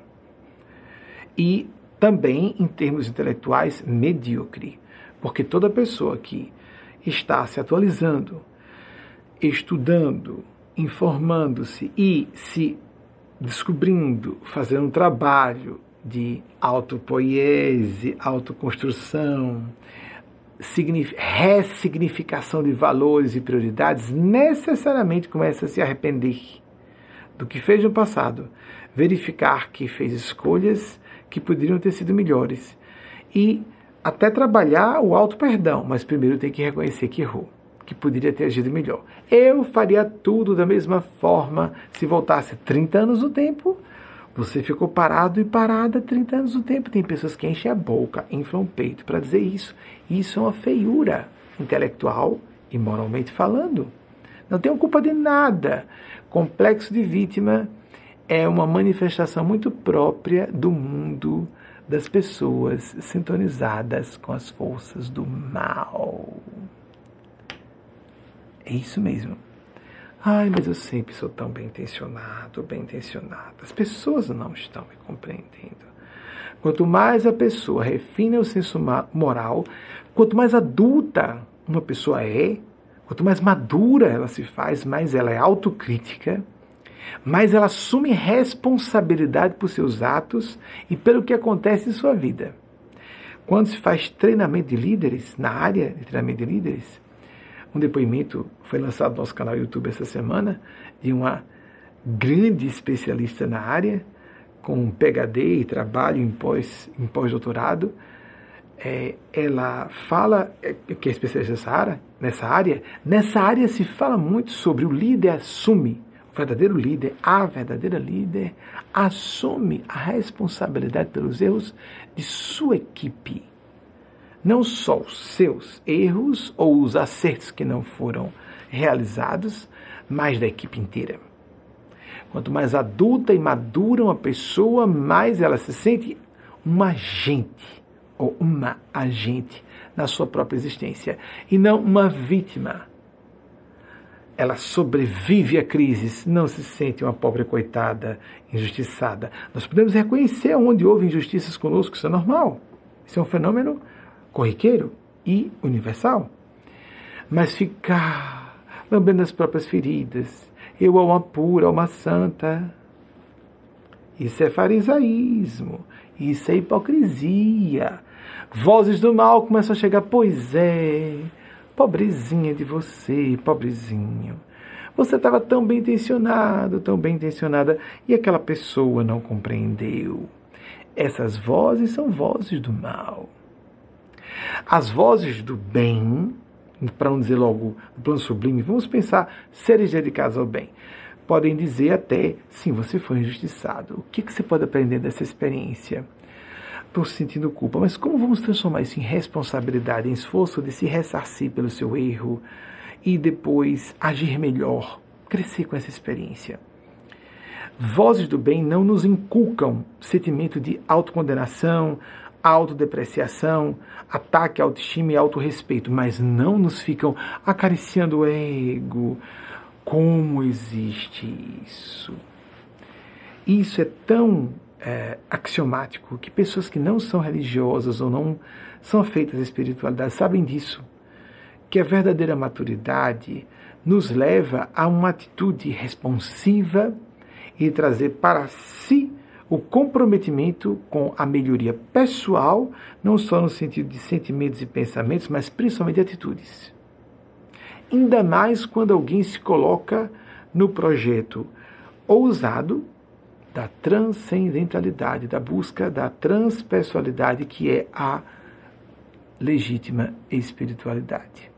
E também, em termos intelectuais, medíocre. Porque toda pessoa que está se atualizando, estudando, informando-se e se descobrindo, fazendo um trabalho de autopoiese, autoconstrução, ressignificação de valores e prioridades, necessariamente começa a se arrepender do que fez no passado, verificar que fez escolhas que poderiam ter sido melhores e até trabalhar o auto-perdão, mas primeiro tem que reconhecer que errou, que poderia ter agido melhor. Eu faria tudo da mesma forma se voltasse trinta anos no tempo. Você ficou parado e parada trinta anos no tempo. Tem pessoas que enchem a boca, inflam o peito para dizer isso. Isso é uma feiura intelectual e moralmente falando. Não tenho culpa de nada. Complexo de vítima é uma manifestação muito própria do mundo das pessoas sintonizadas com as forças do mal. É isso mesmo. Ai, mas eu sempre sou tão bem intencionado, bem intencionada. As pessoas não estão me compreendendo. Quanto mais a pessoa refina o senso moral, quanto mais adulta uma pessoa é, quanto mais madura ela se faz, mais ela é autocrítica, mais ela assume responsabilidade por seus atos e pelo que acontece em sua vida. Quando se faz treinamento de líderes, na área de treinamento de líderes, um depoimento foi lançado no nosso canal YouTube essa semana de uma grande especialista na área, com P H D e trabalho em, pós, em pós-doutorado. É, ela fala, é, que é especialista nessa área, nessa área, nessa área se fala muito sobre o líder assume, o verdadeiro líder, a verdadeira líder, assume a responsabilidade pelos erros de sua equipe. Não só os seus erros ou os acertos que não foram realizados, mas da equipe inteira. Quanto mais adulta e madura uma pessoa, mais ela se sente um agente ou uma agente na sua própria existência e não uma vítima. Ela sobrevive a crises, não se sente uma pobre coitada, injustiçada. Nós podemos reconhecer onde houve injustiças conosco, isso é normal. Isso é um fenômeno corriqueiro e universal. Mas ficar lambendo as próprias feridas, eu a uma pura, a uma santa, isso é farisaísmo, isso é hipocrisia. Vozes do mal começam a chegar, pois é, pobrezinha de você, pobrezinho. Você estava tão bem intencionado, tão bem intencionada, e aquela pessoa não compreendeu. Essas vozes são vozes do mal. As vozes do bem, para não dizer logo do plano sublime, vamos pensar seres dedicados ao bem. podem dizer até, sim, você foi injustiçado. O que, que você pode aprender dessa experiência? Estou sentindo culpa, mas como vamos transformar isso em responsabilidade, em esforço de se ressarcir pelo seu erro e depois agir melhor, crescer com essa experiência? Vozes do bem não nos inculcam sentimento de autocondenação, autodepreciação, ataque à autoestima e autorrespeito, mas não nos ficam acariciando o ego. Como existe isso? Isso é tão é, axiomático que pessoas que não são religiosas ou não são afeitas à espiritualidade sabem disso, que a verdadeira maturidade nos leva a uma atitude responsiva e trazer para si o comprometimento com a melhoria pessoal, não só no sentido de sentimentos e pensamentos, mas principalmente de atitudes. Ainda mais quando alguém se coloca no projeto ousado da transcendentalidade, da busca da transpessoalidade, que é a legítima espiritualidade.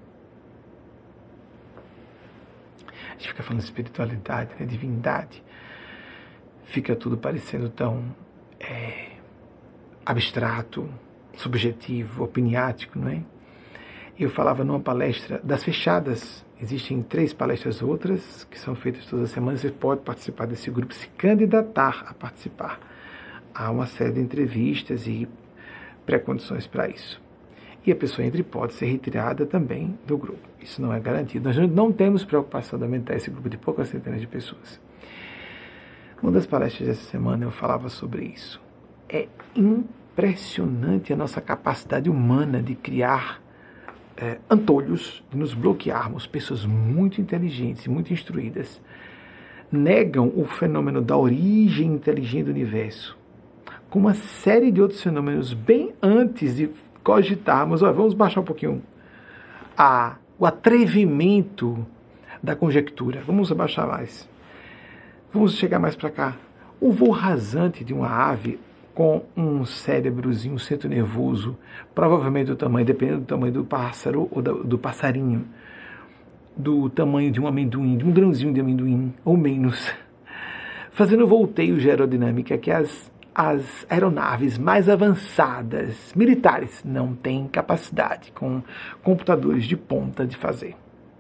A gente fica falando de espiritualidade, né, divindade, fica tudo parecendo tão é, abstrato, subjetivo, opiniático, não é? Eu falava numa palestra das fechadas, existem três palestras outras, que são feitas todas as semanas, você pode participar desse grupo, se candidatar a participar. Há uma série de entrevistas e pré-condições para isso. E a pessoa entra e pode ser retirada também do grupo. Isso não é garantido. Nós não temos preocupação de aumentar esse grupo de poucas centenas de pessoas. Uma das palestras dessa semana eu falava sobre isso. É impressionante a nossa capacidade humana de criar é, antolhos, de nos bloquearmos. Pessoas muito inteligentes e muito instruídas negam o fenômeno da origem inteligente do universo, com uma série de outros fenômenos bem antes de cogitarmos. Ó, vamos baixar um pouquinho a, o atrevimento da conjectura. Vamos abaixar mais. Vamos chegar mais para cá. O voo rasante de uma ave com um cérebrozinho, um centro nervoso, provavelmente do tamanho, dependendo do tamanho do pássaro ou do, do passarinho, do tamanho de um amendoim, de um grãozinho de amendoim, ou menos, fazendo volteios de aerodinâmica que as, as aeronaves mais avançadas, militares, não têm capacidade, com computadores de ponta, de fazer.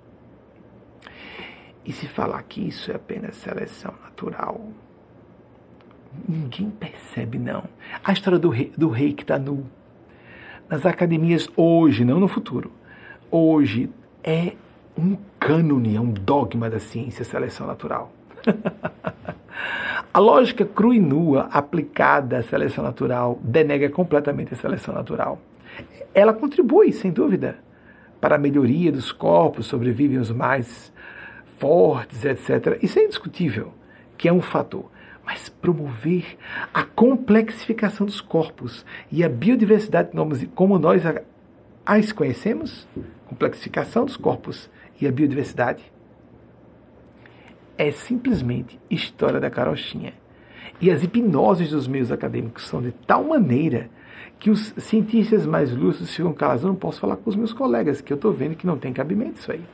E se falar que isso é apenas seleção natural, ninguém percebe, não. A história do rei, do rei que está nu. Nas academias hoje, não no futuro, hoje é um cânone, é um dogma da ciência, seleção natural. A lógica crua e nua aplicada à seleção natural denega completamente a seleção natural. Ela contribui, sem dúvida, para a melhoria dos corpos, sobrevivem os mais fortes, etcétera. Isso é indiscutível, que é um fator. Mas promover a complexificação dos corpos e a biodiversidade como nós as conhecemos, complexificação dos corpos e a biodiversidade, é simplesmente história da carochinha. E as hipnoses dos meios acadêmicos são de tal maneira que os cientistas mais lúcidos ficam calados. Eu não posso falar com os meus colegas, que eu estou vendo que não tem cabimento isso aí.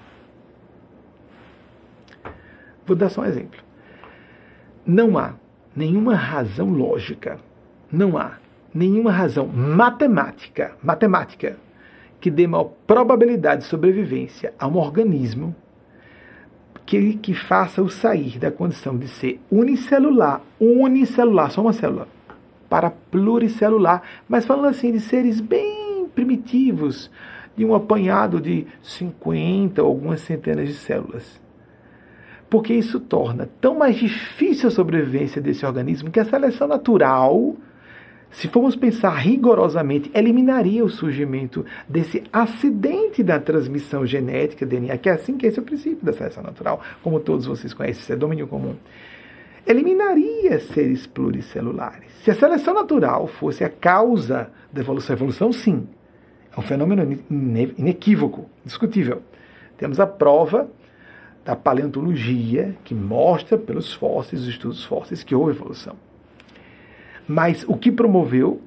Vou dar só um exemplo. Não há nenhuma razão lógica, não há nenhuma razão matemática, matemática que dê maior probabilidade de sobrevivência a um organismo que, que faça-o sair da condição de ser unicelular, unicelular, só uma célula, para pluricelular, mas falando assim de seres bem primitivos, de um apanhado de cinquenta ou algumas centenas de células. Porque isso torna tão mais difícil a sobrevivência desse organismo que a seleção natural, se formos pensar rigorosamente, eliminaria o surgimento desse acidente da transmissão genética, D N A, que é assim que esse é o princípio da seleção natural, como todos vocês conhecem, isso é domínio comum. Eliminaria seres pluricelulares. Se a seleção natural fosse a causa da evolução, a evolução sim, é um fenômeno inequívoco, indiscutível. Temos a prova da paleontologia, que mostra pelos fósseis, os estudos fósseis, que houve evolução. Mas o que promoveu,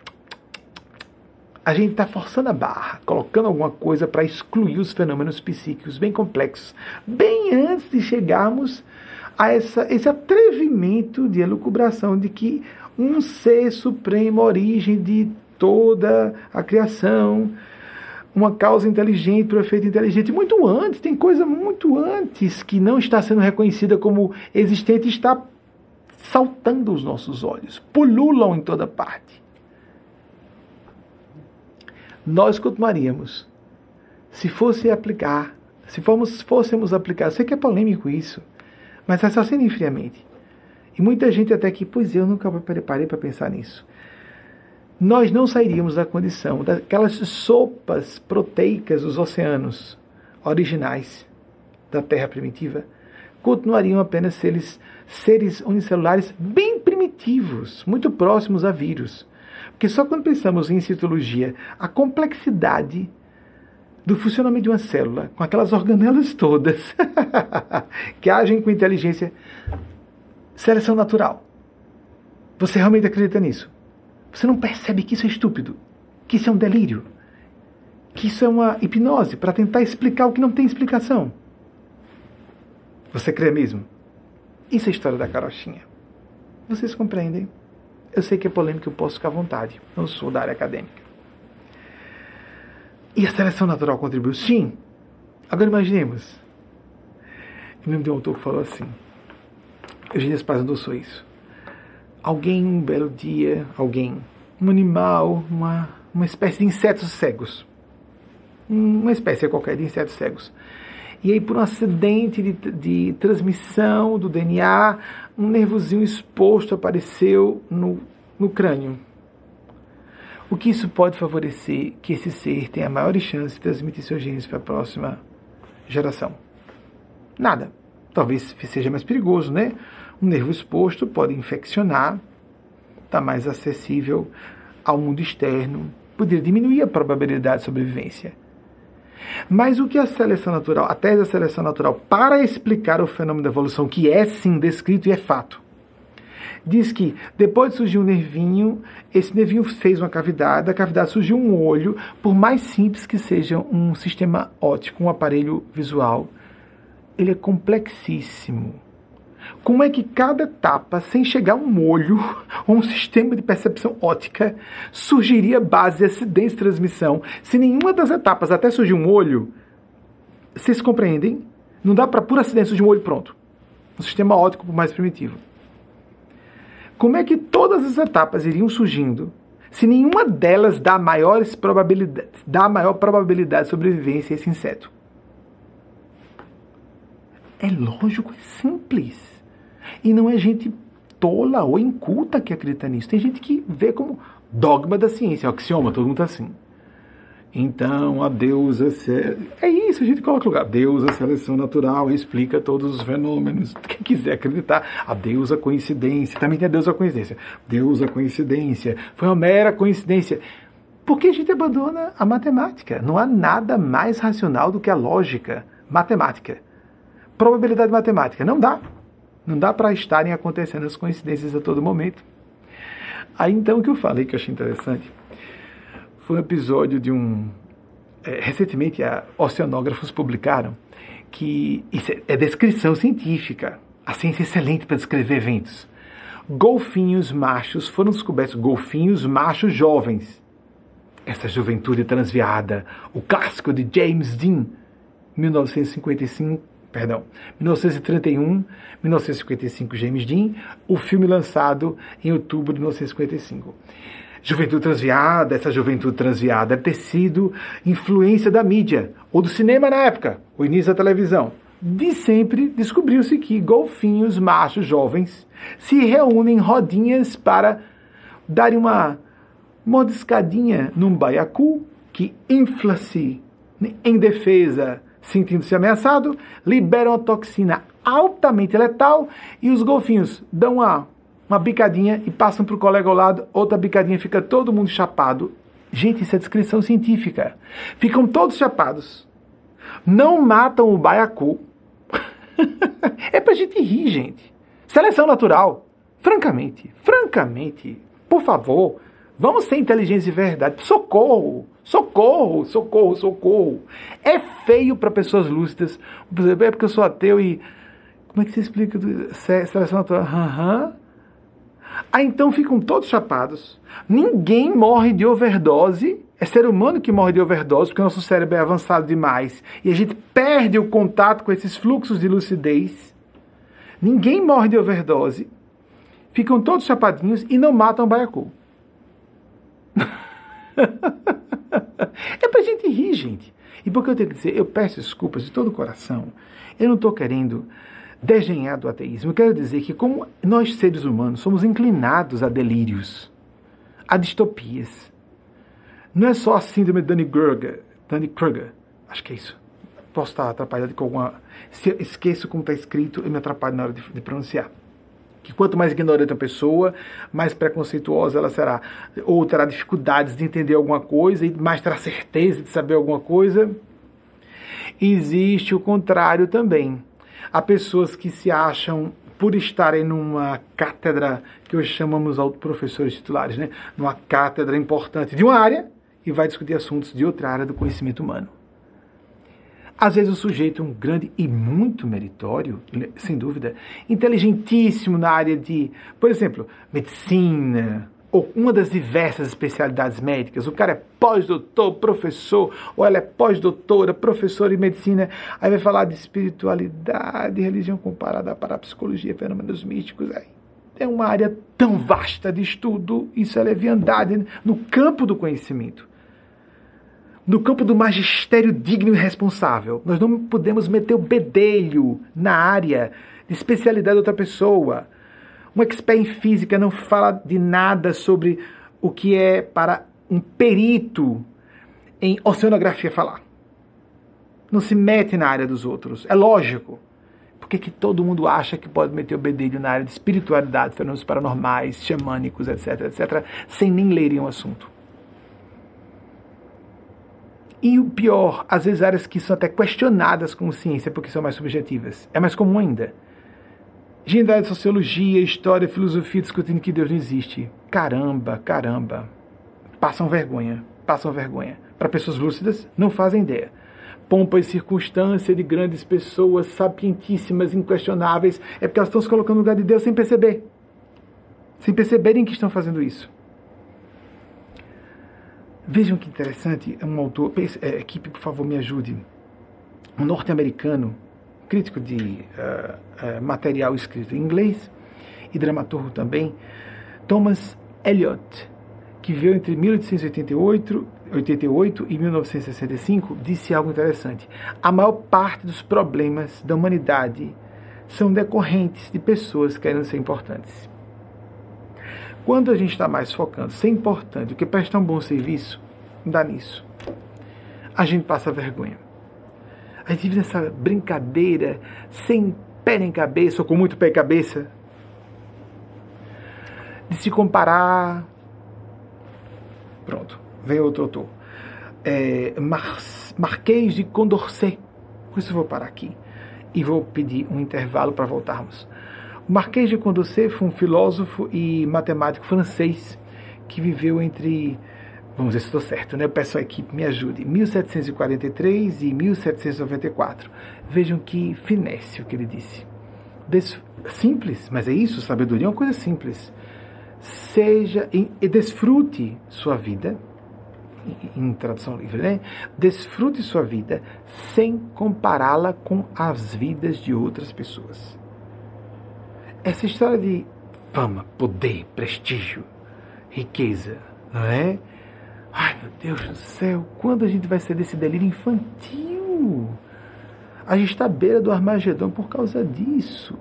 a gente está forçando a barra, colocando alguma coisa para excluir os fenômenos psíquicos bem complexos, bem antes de chegarmos a essa, esse atrevimento de elucubração de que um ser supremo, origem de toda a criação, uma causa inteligente para o efeito inteligente, muito antes, tem coisa muito antes que não está sendo reconhecida como existente, está saltando aos nossos olhos, pululam em toda parte. Nós continuaríamos, se fosse aplicar, se formos, fôssemos aplicar, eu sei que é polêmico isso, mas raciocinem friamente. E muita gente até que, pois eu nunca parei para pensar nisso. Nós não sairíamos da condição daquelas sopas proteicas dos oceanos originais da Terra primitiva, continuariam apenas seres, seres unicelulares bem primitivos, muito próximos a vírus. Porque só quando pensamos em citologia, a complexidade do funcionamento de uma célula, com aquelas organelas todas, que agem com inteligência, seleção natural. Você realmente acredita nisso? Você não percebe que isso é estúpido, que isso é um delírio, que isso é uma hipnose para tentar explicar o que não tem explicação? Você crê mesmo? Isso é a história da carochinha. Vocês compreendem? Eu sei que é polêmico, eu posso ficar à vontade. Não sou da área acadêmica. E a seleção natural contribuiu? Sim. Agora imaginemos. Eu lembro de um autor que falou assim. Eugênio Spaz endossou isso. Alguém, um belo dia, alguém, um animal, uma, uma espécie de insetos cegos. Uma espécie qualquer de insetos cegos. E aí, por um acidente de, de transmissão do D N A, um nervozinho exposto apareceu no, no crânio. O que isso pode favorecer que esse ser tenha maiores chances de transmitir seus genes para a próxima geração? Nada. Talvez seja mais perigoso, né? Um nervo exposto pode infeccionar, está mais acessível ao mundo externo, poderia diminuir a probabilidade de sobrevivência. Mas o que a seleção natural, a tese da seleção natural, para explicar o fenômeno da evolução, que é sim descrito e é fato, diz que depois de surgir um nervinho, esse nervinho fez uma cavidade, da cavidade surgiu um olho, por mais simples que seja um sistema óptico, um aparelho visual, ele é complexíssimo. Como é que cada etapa, sem chegar a um olho ou um sistema de percepção óptica, surgiria base de acidente de transmissão, se nenhuma das etapas até surgir um olho? Vocês compreendem? Não dá para por acidente surgir um olho pronto. Um sistema óptico mais primitivo. Como é que todas as etapas iriam surgindo, se nenhuma delas dá, maiores probabilidades, dá maior probabilidade de sobrevivência a esse inseto? É lógico, é simples. E não é gente tola ou inculta que acredita nisso. Tem gente que vê como dogma da ciência, é um axioma, todo mundo está assim. Então, a deusa... É isso, a gente coloca no lugar. A deusa seleção natural explica todos os fenômenos. Quem quiser acreditar. A deusa coincidência. Também tem a deusa coincidência. Deusa coincidência. Foi uma mera coincidência. Porque a gente abandona a matemática. Não há nada mais racional do que a lógica matemática. Probabilidade matemática. Não dá. Não dá para estarem acontecendo as coincidências a todo momento. Aí então o que eu falei que eu achei interessante foi um episódio de um... É, recentemente, a, oceanógrafos publicaram que isso é, é descrição científica. A ciência é excelente para descrever eventos. Golfinhos machos foram descobertos, golfinhos machos jovens. Essa juventude transviada, o clássico de James Dean, mil novecentos e cinquenta e cinco, perdão, mil novecentos e trinta e um, mil novecentos e cinquenta e cinco, James Dean, o filme lançado em outubro de mil novecentos e cinquenta e cinco. Juventude transviada, essa juventude transviada deve ter sido influência da mídia, ou do cinema na época, o início da televisão. De sempre descobriu-se que golfinhos machos jovens se reúnem em rodinhas para darem uma mordiscadinha num baiacu que infla-se em defesa, sentindo-se ameaçado, liberam a toxina altamente letal e os golfinhos dão uma, uma bicadinha e passam para o colega ao lado, outra bicadinha, fica todo mundo chapado. Gente, isso é descrição científica. Ficam todos chapados. Não matam o baiacu. É pra gente rir, gente. Seleção natural. Francamente, francamente, por favor, vamos ser inteligentes de verdade. Socorro, socorro, socorro, socorro. É feio para pessoas lúcidas. É porque eu sou ateu e Como é que você explica? Seleção natural? Aham. Uhum. Ah, então ficam todos chapados. Ninguém morre de overdose. É ser humano que morre de overdose, porque o nosso cérebro é avançado demais. E a gente perde o contato com esses fluxos de lucidez. Ninguém morre de overdose. Ficam todos chapadinhos e não matam o baiacu. É pra gente rir, gente. E por que eu tenho que dizer? Eu peço desculpas de todo o coração. Eu não estou querendo desdenhar do ateísmo. Eu quero dizer que, como nós seres humanos somos inclinados a delírios, a distopias. Não é só a síndrome de Dunning-Kruger, Dunning-Kruger, acho que é isso. Posso estar atrapalhado com alguma... Se eu esqueço como está escrito, eu me atrapalho na hora de, de pronunciar. Que quanto mais ignorante a pessoa, mais preconceituosa ela será. Ou terá dificuldades de entender alguma coisa, e mais terá certeza de saber alguma coisa. Existe o contrário também. Há pessoas que se acham, por estarem numa cátedra, que hoje chamamos de professores titulares, né? Numa cátedra importante de uma área, e vai discutir assuntos de outra área do conhecimento humano. Às vezes o sujeito é um grande e muito meritório, sem dúvida, inteligentíssimo na área de, por exemplo, medicina, ou uma das diversas especialidades médicas. O cara é pós-doutor, professor, ou ela é pós-doutora, professora em medicina. Aí vai falar de espiritualidade, religião comparada à parapsicologia, fenômenos místicos. Aí é uma área tão vasta de estudo, isso é leviandade no campo do conhecimento. No campo do magistério digno e responsável. Nós não podemos meter o bedelho na área de especialidade de outra pessoa. Um expert em física não fala de nada sobre o que é para um perito em oceanografia falar. Não se mete na área dos outros. É lógico. Por que que todo mundo acha que pode meter o bedelho na área de espiritualidade, fenômenos paranormais, xamânicos, etc, etc, sem nem lerem o assunto? E o pior, às vezes áreas que são até questionadas como ciência, porque são mais subjetivas. É mais comum ainda. Gente da sociologia, história, filosofia, discutindo que Deus não existe. Caramba, caramba. Passam vergonha, passam vergonha. Para pessoas lúcidas, não fazem ideia. Pompa e circunstância de grandes pessoas, sapientíssimas, inquestionáveis, é porque elas estão se colocando no lugar de Deus sem perceber. Sem perceberem que estão fazendo isso. Vejam que interessante, um autor, é, equipe, por favor, me ajude, um norte-americano, crítico de uh, uh, material escrito em inglês e dramaturgo também, Thomas Eliot, que viveu entre mil oitocentos e oitenta e oito, oitenta e oito e mil novecentos e sessenta e cinco, disse algo interessante. A maior parte dos problemas da humanidade são decorrentes de pessoas querendo ser importantes. Quando a gente está mais focando ser importante do que prestar um bom serviço, dá nisso. A gente passa vergonha. A gente vive nessa brincadeira sem pé nem cabeça, ou com muito pé e cabeça, de se comparar. Pronto, vem outro autor. É, Mar- Marquês de Condorcet. Com isso eu vou parar aqui e vou pedir um intervalo para voltarmos. O Marquês de Condorcet foi um filósofo e matemático francês que viveu entre, vamos ver se estou certo, né? Eu peço à equipe, me ajude, mil setecentos e quarenta e três e mil setecentos e noventa e quatro. Vejam que finesse o que ele disse. Des... Simples, mas é isso, sabedoria é uma coisa simples. Seja, e, e desfrute sua vida, em, em tradução livre, né? Desfrute sua vida sem compará-la com as vidas de outras pessoas. Essa história de fama, poder, prestígio, riqueza, não é? Ai, meu Deus do céu, quando a gente vai sair desse delírio infantil? A gente está à beira do Armagedon por causa disso.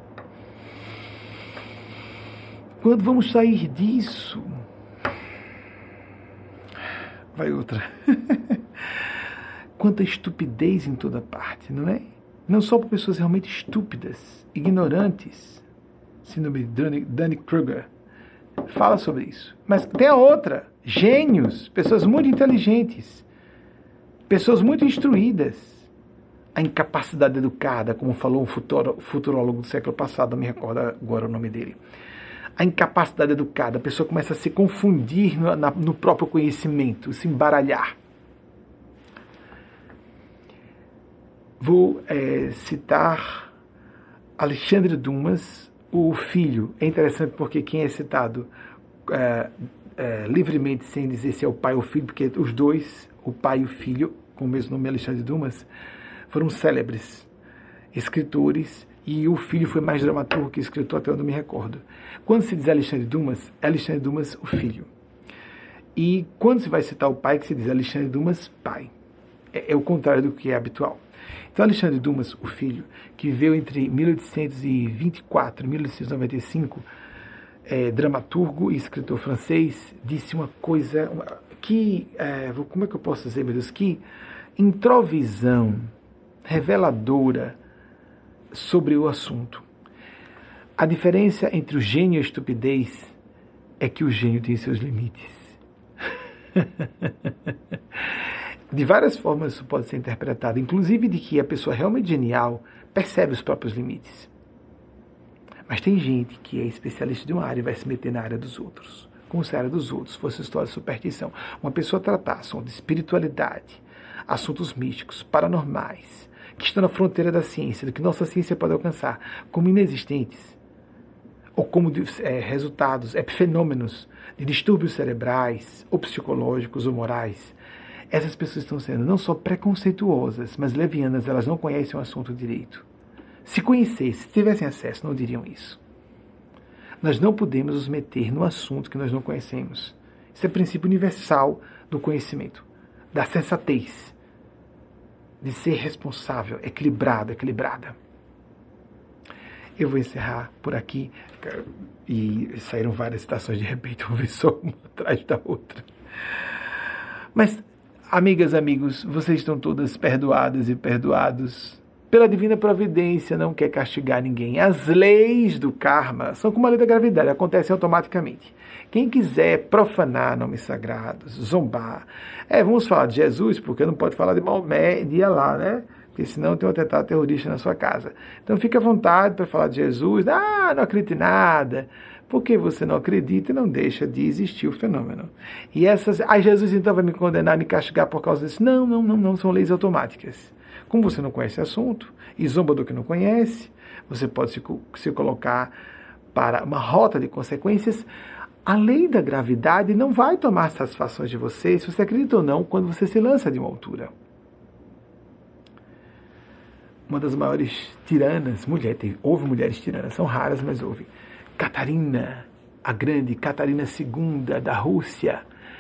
Quando vamos sair disso? Vai outra. Quanta estupidez em toda parte, não é? Não só por pessoas realmente estúpidas, ignorantes. Síndrome de Dunning-Kruger fala sobre isso. Mas tem a outra. Gênios, pessoas muito inteligentes, pessoas muito instruídas. A incapacidade educada, como falou um futuro, futurólogo do século passado, não me recordo agora o nome dele. A incapacidade educada, a pessoa começa a se confundir no, na, no próprio conhecimento, se embaralhar. Vou é, citar Alexandre Dumas, o filho, é interessante porque quem é citado é, é, livremente, sem dizer se é o pai ou o filho, porque os dois, o pai e o filho, com o mesmo nome Alexandre Dumas, foram célebres escritores, e o filho foi mais dramaturgo que escritor, até onde eu me recordo. Quando se diz Alexandre Dumas, é Alexandre Dumas o filho. E quando se vai citar o pai, que se diz Alexandre Dumas pai. É, é o contrário do que é habitual. Então, Alexandre Dumas, o filho, que viveu entre mil oitocentos e vinte e quatro e mil oitocentos e noventa e cinco, é, dramaturgo e escritor francês, disse uma coisa que, é, como é que eu posso dizer, meu Deus, que introvisão reveladora sobre o assunto. A diferença entre o gênio e a estupidez é que o gênio tem seus limites. De várias formas isso pode ser interpretado, inclusive de que a pessoa realmente genial percebe os próprios limites. Mas tem gente que é especialista de uma área e vai se meter na área dos outros, como se a área dos outros fosse história de superstição. Uma pessoa tratar assunto de espiritualidade, assuntos místicos, paranormais, que estão na fronteira da ciência, do que nossa ciência pode alcançar, como inexistentes, ou como é, resultados, epifenômenos de distúrbios cerebrais, ou psicológicos, ou morais. Essas pessoas estão sendo não só preconceituosas, mas levianas, elas não conhecem o assunto direito. Se conhecessem, se tivessem acesso, não diriam isso. Nós não podemos nos meter no assunto que nós não conhecemos. Isso é princípio universal do conhecimento, da sensatez, de ser responsável, equilibrado, equilibrada. Eu vou encerrar por aqui, e saíram várias citações de repente, vou ver só uma atrás da outra. Mas, amigas, amigos, vocês estão todas perdoadas e perdoados. Pela divina providência, não quer castigar ninguém. As leis do karma são como a lei da gravidade, acontecem automaticamente. Quem quiser profanar nomes sagrados, zombar, é, vamos falar de Jesus, porque não pode falar de Maomé, de Alá, né? Porque senão tem um atentado terrorista na sua casa. Então fique à vontade para falar de Jesus. Ah, não acredito em nada. Porque você não acredita e não deixa de existir o fenômeno. E essas... Ah, Jesus então vai me condenar, me castigar por causa disso. Não, não, não, não, são leis automáticas. Como você não conhece o assunto, e zomba do que não conhece, você pode se, se colocar para uma rota de consequências. A lei da gravidade não vai tomar satisfações de você, se você acredita ou não, quando você se lança de uma altura. Uma das maiores tiranas, mulher, teve, houve mulheres tiranas, são raras, mas houve. Catarina, a grande Catarina segunda da Rússia,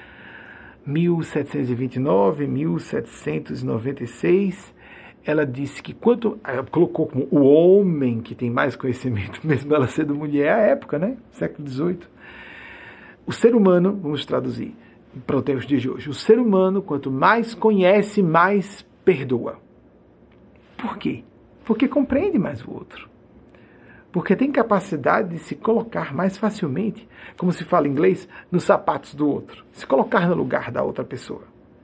mil setecentos e vinte e nove, mil setecentos e noventa e seis, ela disse que quanto, ela colocou como o homem que tem mais conhecimento, mesmo ela sendo mulher, à época, né? século dezoito. O ser humano, vamos traduzir para o texto de hoje, o ser humano, quanto mais conhece, mais perdoa. Por quê? Porque compreende mais o outro. Porque tem capacidade de se colocar mais facilmente, como se fala em inglês, nos sapatos do outro. Se colocar no lugar da outra pessoa.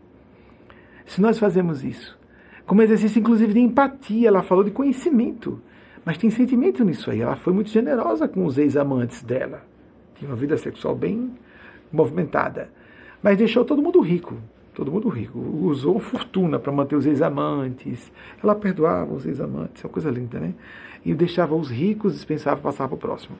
Se nós fazemos isso, como exercício inclusive de empatia, ela falou de conhecimento, mas tem sentimento nisso aí. Ela foi muito generosa com os ex-amantes dela. Tinha uma vida sexual bem movimentada, mas deixou todo mundo rico. Todo mundo rico. Usou fortuna para manter os ex-amantes. Ela perdoava os ex-amantes. É uma coisa linda, né? E deixava os ricos, dispensava e passava para o próximo.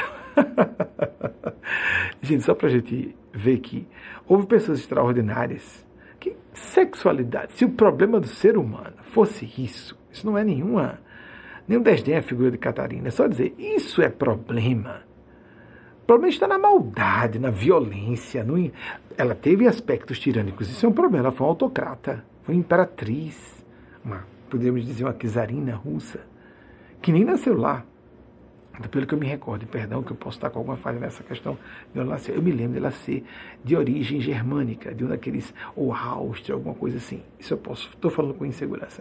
Então... gente, só para a gente ver que houve pessoas extraordinárias. Que sexualidade, se o problema do ser humano fosse isso, isso não é nenhuma, nenhum desdém à figura de Catarina, é só dizer, isso é problema. O problema está na maldade, na violência. No... Ela teve aspectos tirânicos, isso é um problema. Ela foi uma autocrata, foi uma imperatriz, uma, podemos dizer uma czarina russa, que nem nasceu lá. Então, pelo que eu me recordo, perdão que eu posso estar com alguma falha nessa questão, eu, nasci, eu me lembro dela ser de origem germânica, de um daqueles, ou Áustria, alguma coisa assim. Isso eu posso, estou falando com insegurança.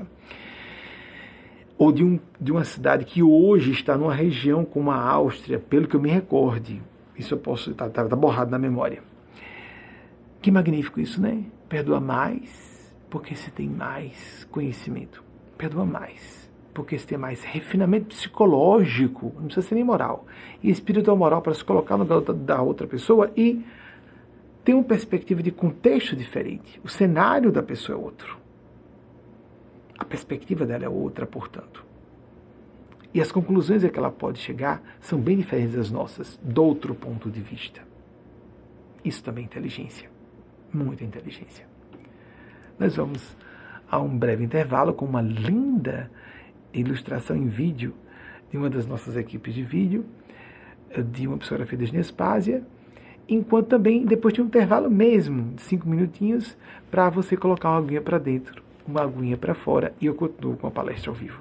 Ou de, um, de uma cidade que hoje está numa região como a Áustria, pelo que eu me recorde. Isso eu posso, está tá, tá borrado na memória. Que magnífico isso, né? Perdoa mais, porque se tem mais conhecimento. Perdoa mais, porque se tem mais refinamento psicológico, não precisa ser nem moral, e espiritual moral para se colocar no lugar da outra pessoa e ter uma perspectiva de contexto diferente. O cenário da pessoa é outro. A perspectiva dela é outra, portanto. E as conclusões a que ela pode chegar são bem diferentes das nossas, do outro ponto de vista. Isso também é inteligência. Muita inteligência. Nós vamos a um breve intervalo com uma linda ilustração em vídeo de uma das nossas equipes de vídeo, de uma psicografia de Nespásia, enquanto também, depois de um intervalo mesmo, de cinco minutinhos, para você colocar uma aguinha para dentro, uma aguinha para fora, e eu continuo com a palestra ao vivo.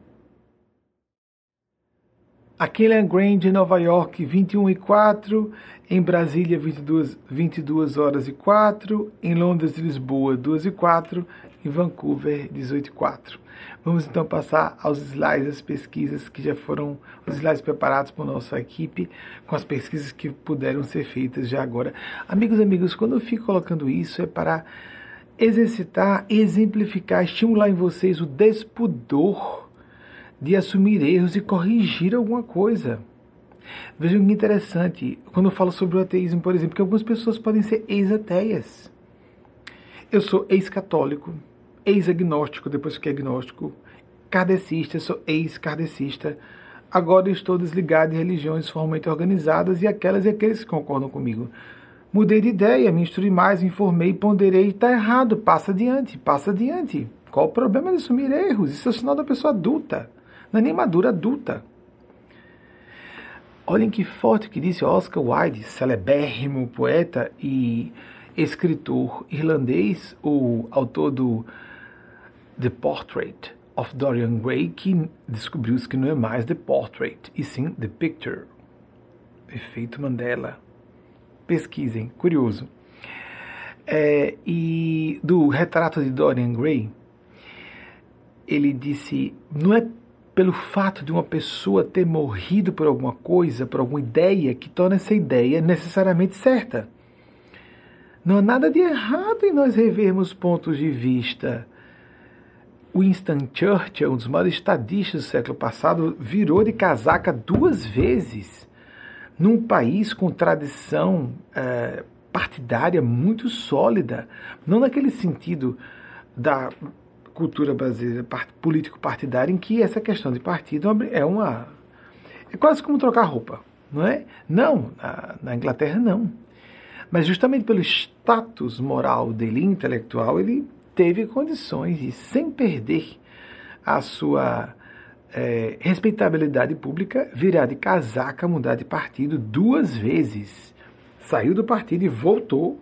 Aqui em LaGrange, Nova York, vinte e um e quatro, em Brasília, vinte e duas, vinte e duas horas e quatro, em Londres e Lisboa, duas e quatro, em Vancouver, dezoito e quatro. Vamos então passar aos slides, as pesquisas que já foram, os slides preparados por nossa equipe, com as pesquisas que puderam ser feitas já agora. Amigos, amigos, quando eu fico colocando isso é para exercitar, exemplificar, estimular em vocês o despudor de assumir erros e corrigir alguma coisa. Vejam que interessante, quando eu falo sobre o ateísmo, por exemplo, que algumas pessoas podem ser ex-ateias. Eu sou ex-católico, ex-agnóstico, depois fiquei agnóstico, kardecista, sou ex-kardecista, agora estou desligado de religiões formalmente organizadas e aquelas e aqueles que concordam comigo. Mudei de ideia, me instruí mais, me informei, ponderei, está errado, passa adiante, passa adiante. Qual o problema de assumir erros? Isso é o sinal da pessoa adulta, não é nem madura, adulta. Olhem que forte que disse Oscar Wilde, celebérrimo poeta e escritor irlandês, o autor do The Portrait of Dorian Gray, que descobriu-se que não é mais The Portrait, e sim The Picture. Efeito Mandela. Pesquisem, curioso. É, e do retrato de Dorian Gray, ele disse, não é pelo fato de uma pessoa ter morrido por alguma coisa, por alguma ideia, que torna essa ideia necessariamente certa. Não há nada de errado em nós revermos pontos de vista. Winston Churchill, um dos maiores estadistas do século passado, virou de casaca duas vezes num país com tradição é, partidária muito sólida, não naquele sentido da cultura brasileira político-partidária, em que essa questão de partido é uma... é quase como trocar roupa, não é? Não, na, na Inglaterra não. Mas justamente pelo status moral dele, intelectual, ele teve condições de, sem perder a sua é, respeitabilidade pública, virar de casaca, mudar de partido duas vezes. Saiu do partido e voltou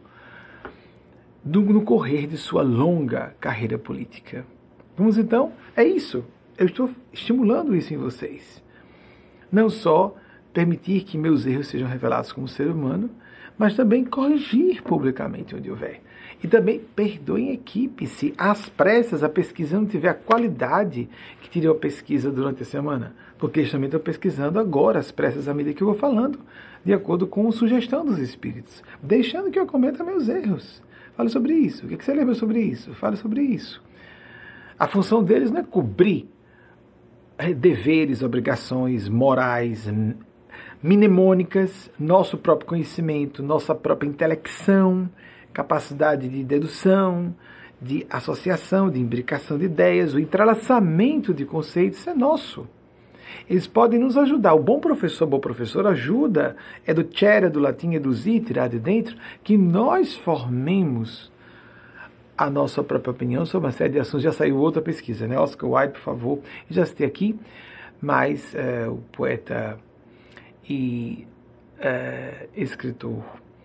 do, no correr de sua longa carreira política. Vamos então, é isso. Eu estou estimulando isso em vocês. Não só permitir que meus erros sejam revelados como ser humano, mas também corrigir publicamente onde houver. E também perdoem a equipe se às pressas a pesquisa não tiver a qualidade que teria a pesquisa durante a semana, porque eles também estão pesquisando agora, às pressas, à medida que eu vou falando, de acordo com a sugestão dos espíritos, deixando que eu cometa meus erros. Fale sobre isso. O que você lembra sobre isso? Fale sobre isso. A função deles não é cobrir deveres, obrigações morais, mnemônicas, nosso próprio conhecimento, nossa própria intelecção, capacidade de dedução, de associação, de imbricação de ideias, o entrelaçamento de conceitos é nosso. Eles podem nos ajudar. O bom professor, bom professor ajuda, é do cere, do latim, é do zi, tirar de dentro, que nós formemos a nossa própria opinião sobre uma série de assuntos. Já saiu outra pesquisa, né? Oscar Wilde, por favor, eu já citei aqui, mas é, o poeta e é, escritor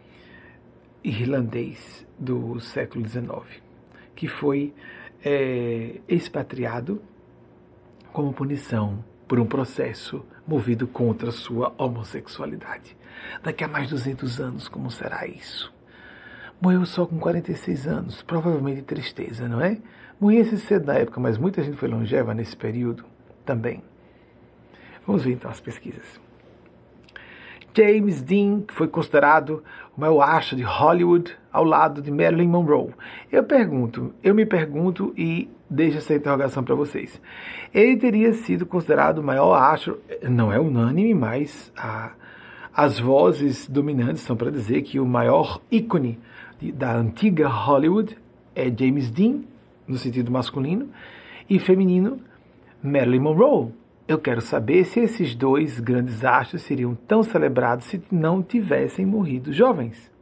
irlandês do século dezenove, que foi é, expatriado como punição por um processo movido contra sua homossexualidade. Daqui a mais de duzentos anos, como será isso? Morreu só com quarenta e seis anos, provavelmente de tristeza, não é? Morria-se cedo na época, mas muita gente foi longeva nesse período também. Vamos ver então as pesquisas. James Dean, que foi considerado o maior astro de Hollywood, ao lado de Marilyn Monroe. Eu pergunto, eu me pergunto e deixo essa interrogação para vocês. Ele teria sido considerado o maior astro, não é unânime, mas a, as vozes dominantes são para dizer que o maior ícone de, da antiga Hollywood é James Dean, no sentido masculino, e feminino, Marilyn Monroe. eu quero saber se esses dois grandes astros seriam tão celebrados se não tivessem morrido jovens.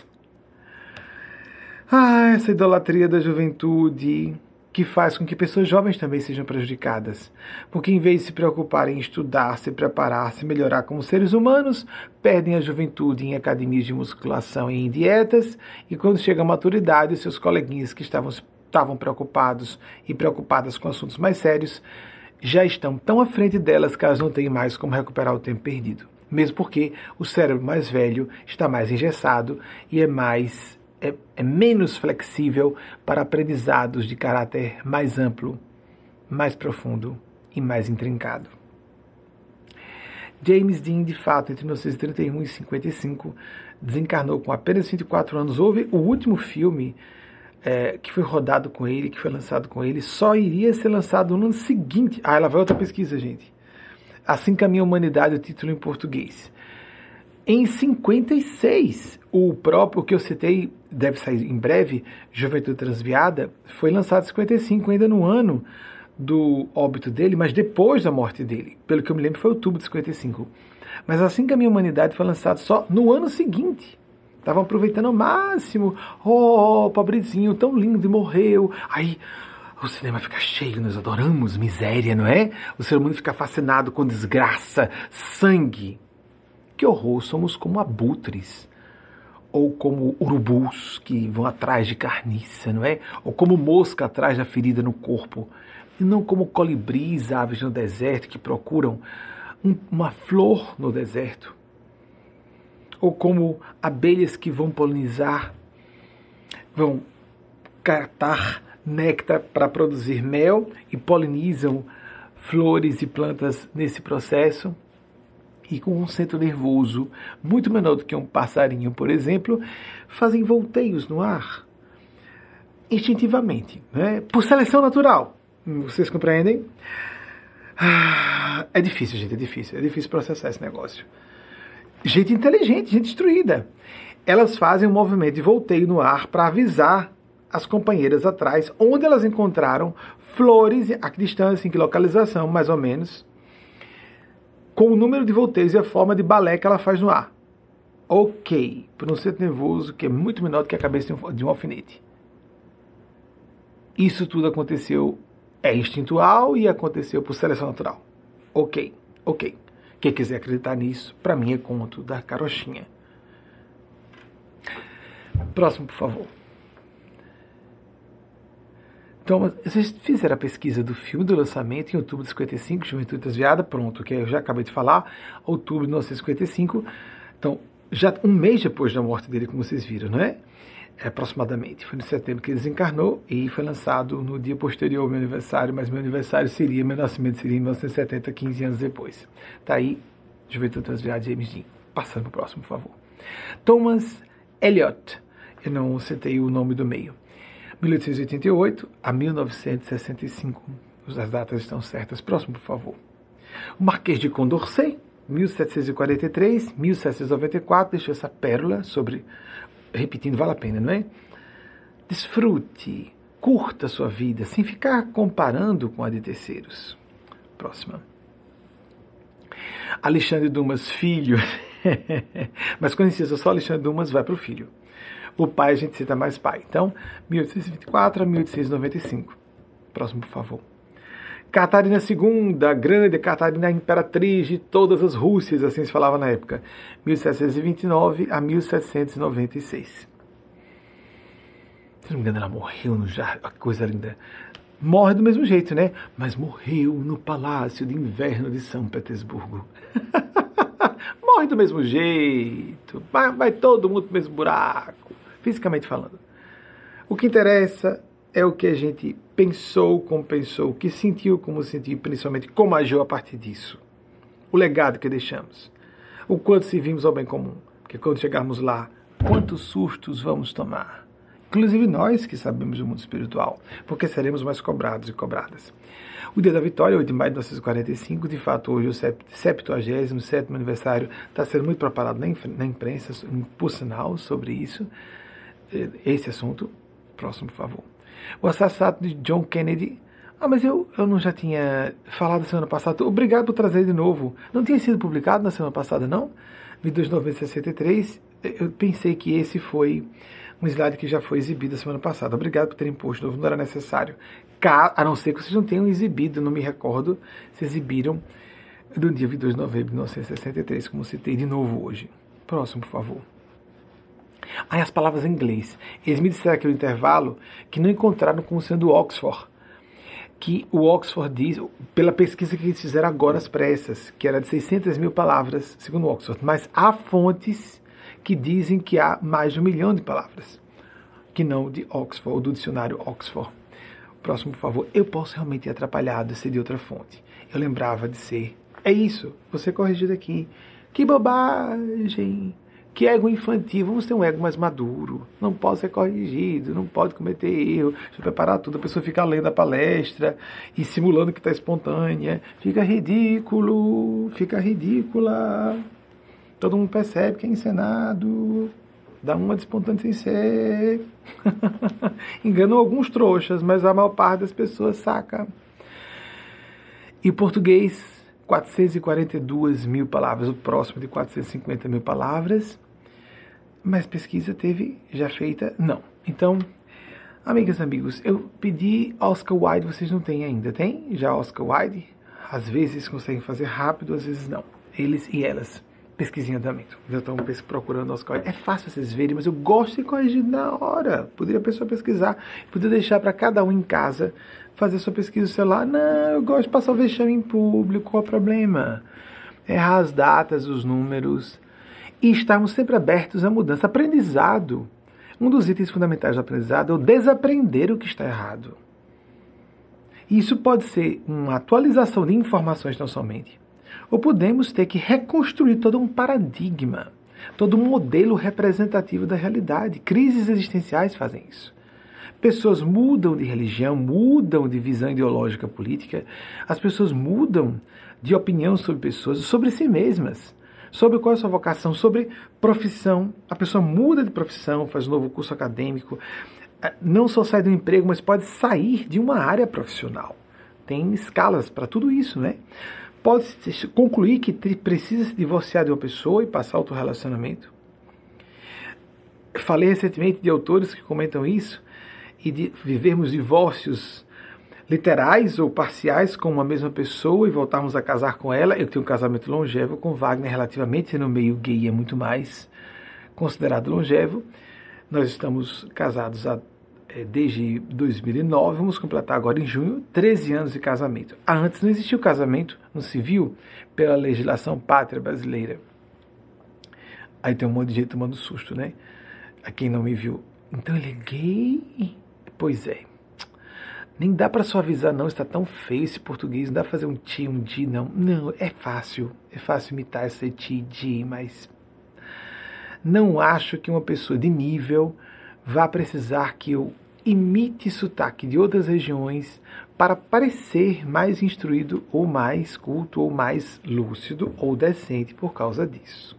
Ah, essa idolatria da juventude que faz com que pessoas jovens também sejam prejudicadas. Porque em vez de se preocuparem em estudar, se preparar, se melhorar como seres humanos, perdem a juventude em academias de musculação e em dietas, e quando chega a maturidade, seus coleguinhas que estavam, estavam preocupados e preocupadas com assuntos mais sérios, já estão tão à frente delas que elas não têm mais como recuperar o tempo perdido. Mesmo porque o cérebro mais velho está mais engessado e é mais... É, é menos flexível para aprendizados de caráter mais amplo, mais profundo e mais intrincado. James Dean, de fato, entre mil novecentos e trinta e um e cinquenta e cinco, desencarnou com apenas vinte e quatro anos. Houve o último filme é, que foi rodado com ele, que foi lançado com ele, só iria ser lançado no ano seguinte. Ah, ela vai outra pesquisa, gente. Assim Caminha a Humanidade, o título em português. Em cinquenta e seis, o próprio que eu citei, deve sair em breve, Juventude Transviada, foi lançado em cinquenta e cinco, ainda no ano do óbito dele, mas depois da morte dele. Pelo que eu me lembro, foi outubro de cinquenta e cinco. Mas Assim que a Minha Humanidade foi lançado só no ano seguinte. Estavam aproveitando ao máximo. Oh, pobrezinho, tão lindo, e morreu. Aí o cinema fica cheio, nós adoramos miséria, não é? O ser humano fica fascinado com desgraça, sangue. Que horror, somos como abutres, ou como urubus que vão atrás de carniça, não é? Ou como mosca atrás da ferida no corpo, e não como colibris, aves no deserto que procuram um, uma flor no deserto, ou como abelhas que vão polinizar, vão catar néctar para produzir mel e polinizam flores e plantas nesse processo. E com um centro nervoso muito menor do que um passarinho, por exemplo, fazem volteios no ar, instintivamente, né? Por seleção natural. Vocês compreendem? Ah, é difícil, gente, é difícil. É difícil processar esse negócio. Gente inteligente, gente instruída. Elas fazem um movimento de volteio no ar para avisar as companheiras atrás onde elas encontraram flores, a que distância, em que localização, mais ou menos, com o número de volteios e a forma de balé que ela faz no ar. Ok, por um centro nervoso que é muito menor do que a cabeça de um alfinete. Isso tudo aconteceu, é instintual e aconteceu por seleção natural. Ok, ok. Quem quiser acreditar nisso, para mim é conto da carochinha. Próximo, por favor. Então, vocês fizeram a pesquisa do filme do lançamento em outubro de cinquenta e cinco, Juventude Transviada, pronto, que eu já acabei de falar, outubro de mil novecentos e cinquenta e cinco, então, já um mês depois da morte dele, como vocês viram, não é? É aproximadamente, foi em setembro que ele desencarnou e foi lançado no dia posterior ao meu aniversário, mas meu aniversário seria, meu nascimento seria em mil novecentos e setenta, quinze anos depois. Tá aí, Juventude Transviada, James Dean. Passando para o próximo, por favor. Thomas Elliot, eu não citei o nome do meio. mil oitocentos e oitenta e oito a mil novecentos e sessenta e cinco. As datas estão certas. Próximo, por favor. O Marquês de Condorcet, mil setecentos e quarenta e três a mil setecentos e noventa e quatro, deixou essa pérola sobre... Repetindo, vale a pena, não é? Desfrute, curta a sua vida, sem ficar comparando com a de terceiros. Próxima. Alexandre Dumas, filho. Mas quando insista só Alexandre Dumas, vai para o filho. O pai a gente cita mais pai. Então, mil oitocentos e vinte e quatro a mil oitocentos e noventa e cinco. Próximo, por favor. Catarina segunda, grande Catarina Imperatriz de todas as Rússias, assim se falava na época. mil setecentos e vinte e nove a mil setecentos e noventa e seis. Se não me engano, ela morreu no jardim. Que coisa linda. Morre do mesmo jeito, né? Mas morreu no Palácio de Inverno de São Petersburgo. Morre do mesmo jeito. Vai, vai todo mundo pro mesmo buraco. Fisicamente falando. O que interessa é o que a gente pensou como pensou, o que sentiu como sentiu, principalmente como agiu a partir disso. O legado que deixamos. O quanto servimos ao bem comum. Porque quando chegarmos lá, quantos sustos vamos tomar? Inclusive nós que sabemos do mundo espiritual. Porque seremos mais cobrados e cobradas. O dia da vitória, oito de maio de mil novecentos e quarenta e cinco, de fato hoje o septuagésimo sétimo aniversário está sendo muito preparado na imprensa, por sinal, sobre isso. Esse assunto. Próximo, por favor. O assassinato de John Kennedy, Ah, mas eu, eu não já tinha falado semana passada. Obrigado por trazer de novo. Não tinha sido publicado na semana passada, não? Vídeo novecentos e sessenta e três. Eu pensei que esse foi um slide que já foi exibido a semana passada. Obrigado por terem posto de novo, não era necessário. A não ser que vocês não tenham exibido, não me recordo se exibiram do dia vinte e dois de novembro de mil novecentos e sessenta e três, como citei de novo hoje. Próximo, por favor. Aí as palavras em inglês. Eles me disseram aqui no intervalo que não encontraram como sendo Oxford. Que o Oxford diz, pela pesquisa que eles fizeram agora às pressas, que era de seiscentas mil palavras, segundo o Oxford, mas há fontes que dizem que há mais de um milhão de palavras, que não de Oxford, ou do dicionário Oxford. Próximo, por favor. Eu posso realmente ter atrapalhado ser de outra fonte. Eu lembrava de ser. É isso, você corrigido aqui. Que bobagem! Que ego infantil, vamos ter um ego mais maduro, não pode ser corrigido, não pode cometer erro, deixa eu preparar tudo, a pessoa fica lendo a palestra e simulando que está espontânea, fica ridículo, fica ridícula, todo mundo percebe que é encenado, dá uma de espontâneo sem ser, enganam alguns trouxas, mas a maior parte das pessoas saca. E o português, quatrocentas e quarenta e duas mil palavras, o próximo de quatrocentas e cinquenta mil palavras, mas pesquisa teve já feita? Não. Então, amigas e amigos, eu pedi Oscar Wilde, vocês não têm ainda, tem? Já Oscar Wilde? Às vezes conseguem fazer rápido, às vezes não. Eles e elas. Pesquisinha andamento. Já estão procurando Oscar Wilde. É fácil vocês verem, mas eu gosto de corrigir na hora. Poderia a pessoa pesquisar, poderia deixar para cada um em casa fazer sua pesquisa no celular. Não, eu gosto de passar o vexame em público, qual é o problema? Errar as datas, os números. E estarmos sempre abertos à mudança. Aprendizado. Um dos itens fundamentais do aprendizado é o desaprender o que está errado. E isso pode ser uma atualização de informações tão somente. Ou podemos ter que reconstruir todo um paradigma, todo um modelo representativo da realidade. Crises existenciais fazem isso. Pessoas mudam de religião, mudam de visão ideológica política, as pessoas mudam de opinião sobre pessoas, sobre si mesmas, sobre qual é a sua vocação, sobre profissão. A pessoa muda de profissão, faz um novo curso acadêmico, não só sai do emprego, mas pode sair de uma área profissional. Tem escalas para tudo isso, né? Pode-se concluir que precisa se divorciar de uma pessoa e passar outro relacionamento. Falei recentemente de autores que comentam isso, e de vivermos divórcios literais ou parciais com uma mesma pessoa e voltarmos a casar com ela. Eu tenho um casamento longevo com Wagner, relativamente no meio gay é muito mais considerado longevo. Nós estamos casados há, é, desde dois mil e nove, vamos completar agora em junho, treze anos de casamento. Ah, antes não existia o casamento no civil pela legislação pátria brasileira. Aí tem um monte de gente tomando susto, né? A quem não me viu. Então ele é gay? Pois é. Nem dá para suavizar, não. Está tão feio esse português. Não dá para fazer um ti, um di, não. Não, é fácil. É fácil imitar esse ti, di, mas não acho que uma pessoa de nível vá precisar que eu imite sotaque de outras regiões para parecer mais instruído ou mais culto ou mais lúcido ou decente por causa disso.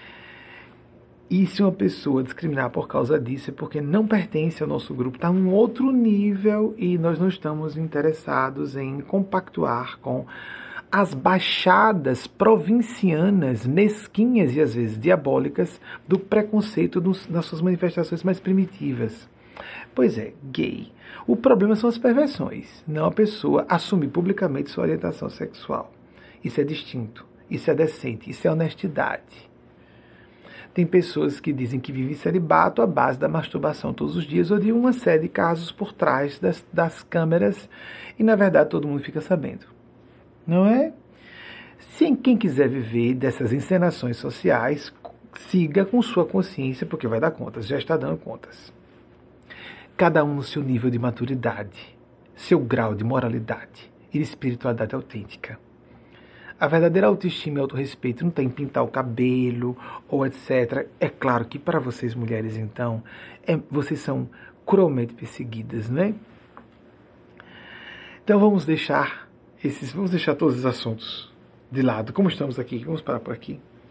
E se uma pessoa discriminar por causa disso é porque não pertence ao nosso grupo, está em um outro nível e nós não estamos interessados em compactuar com as baixadas provincianas, mesquinhas e às vezes diabólicas do preconceito dos, nas suas manifestações mais primitivas. Pois é, gay. O problema são as perversões, não a pessoa assumir publicamente sua orientação sexual. Isso é distinto, isso é decente, isso é honestidade. Tem pessoas que dizem que vivem celibato à base da masturbação todos os dias ou de uma série de casos por trás das, das câmeras e, na verdade, todo mundo fica sabendo. Não é? Se quem quiser viver dessas encenações sociais, siga com sua consciência, porque vai dar contas, já está dando contas. Cada um no seu nível de maturidade, seu grau de moralidade e de espiritualidade autêntica. A verdadeira autoestima e autorrespeito não tem em pintar o cabelo ou etcétera. É claro que para vocês mulheres, então, é, vocês são cruelmente perseguidas, né? Então vamos deixar esses, vamos deixar todos os assuntos de lado. Como estamos aqui, vamos parar por aqui.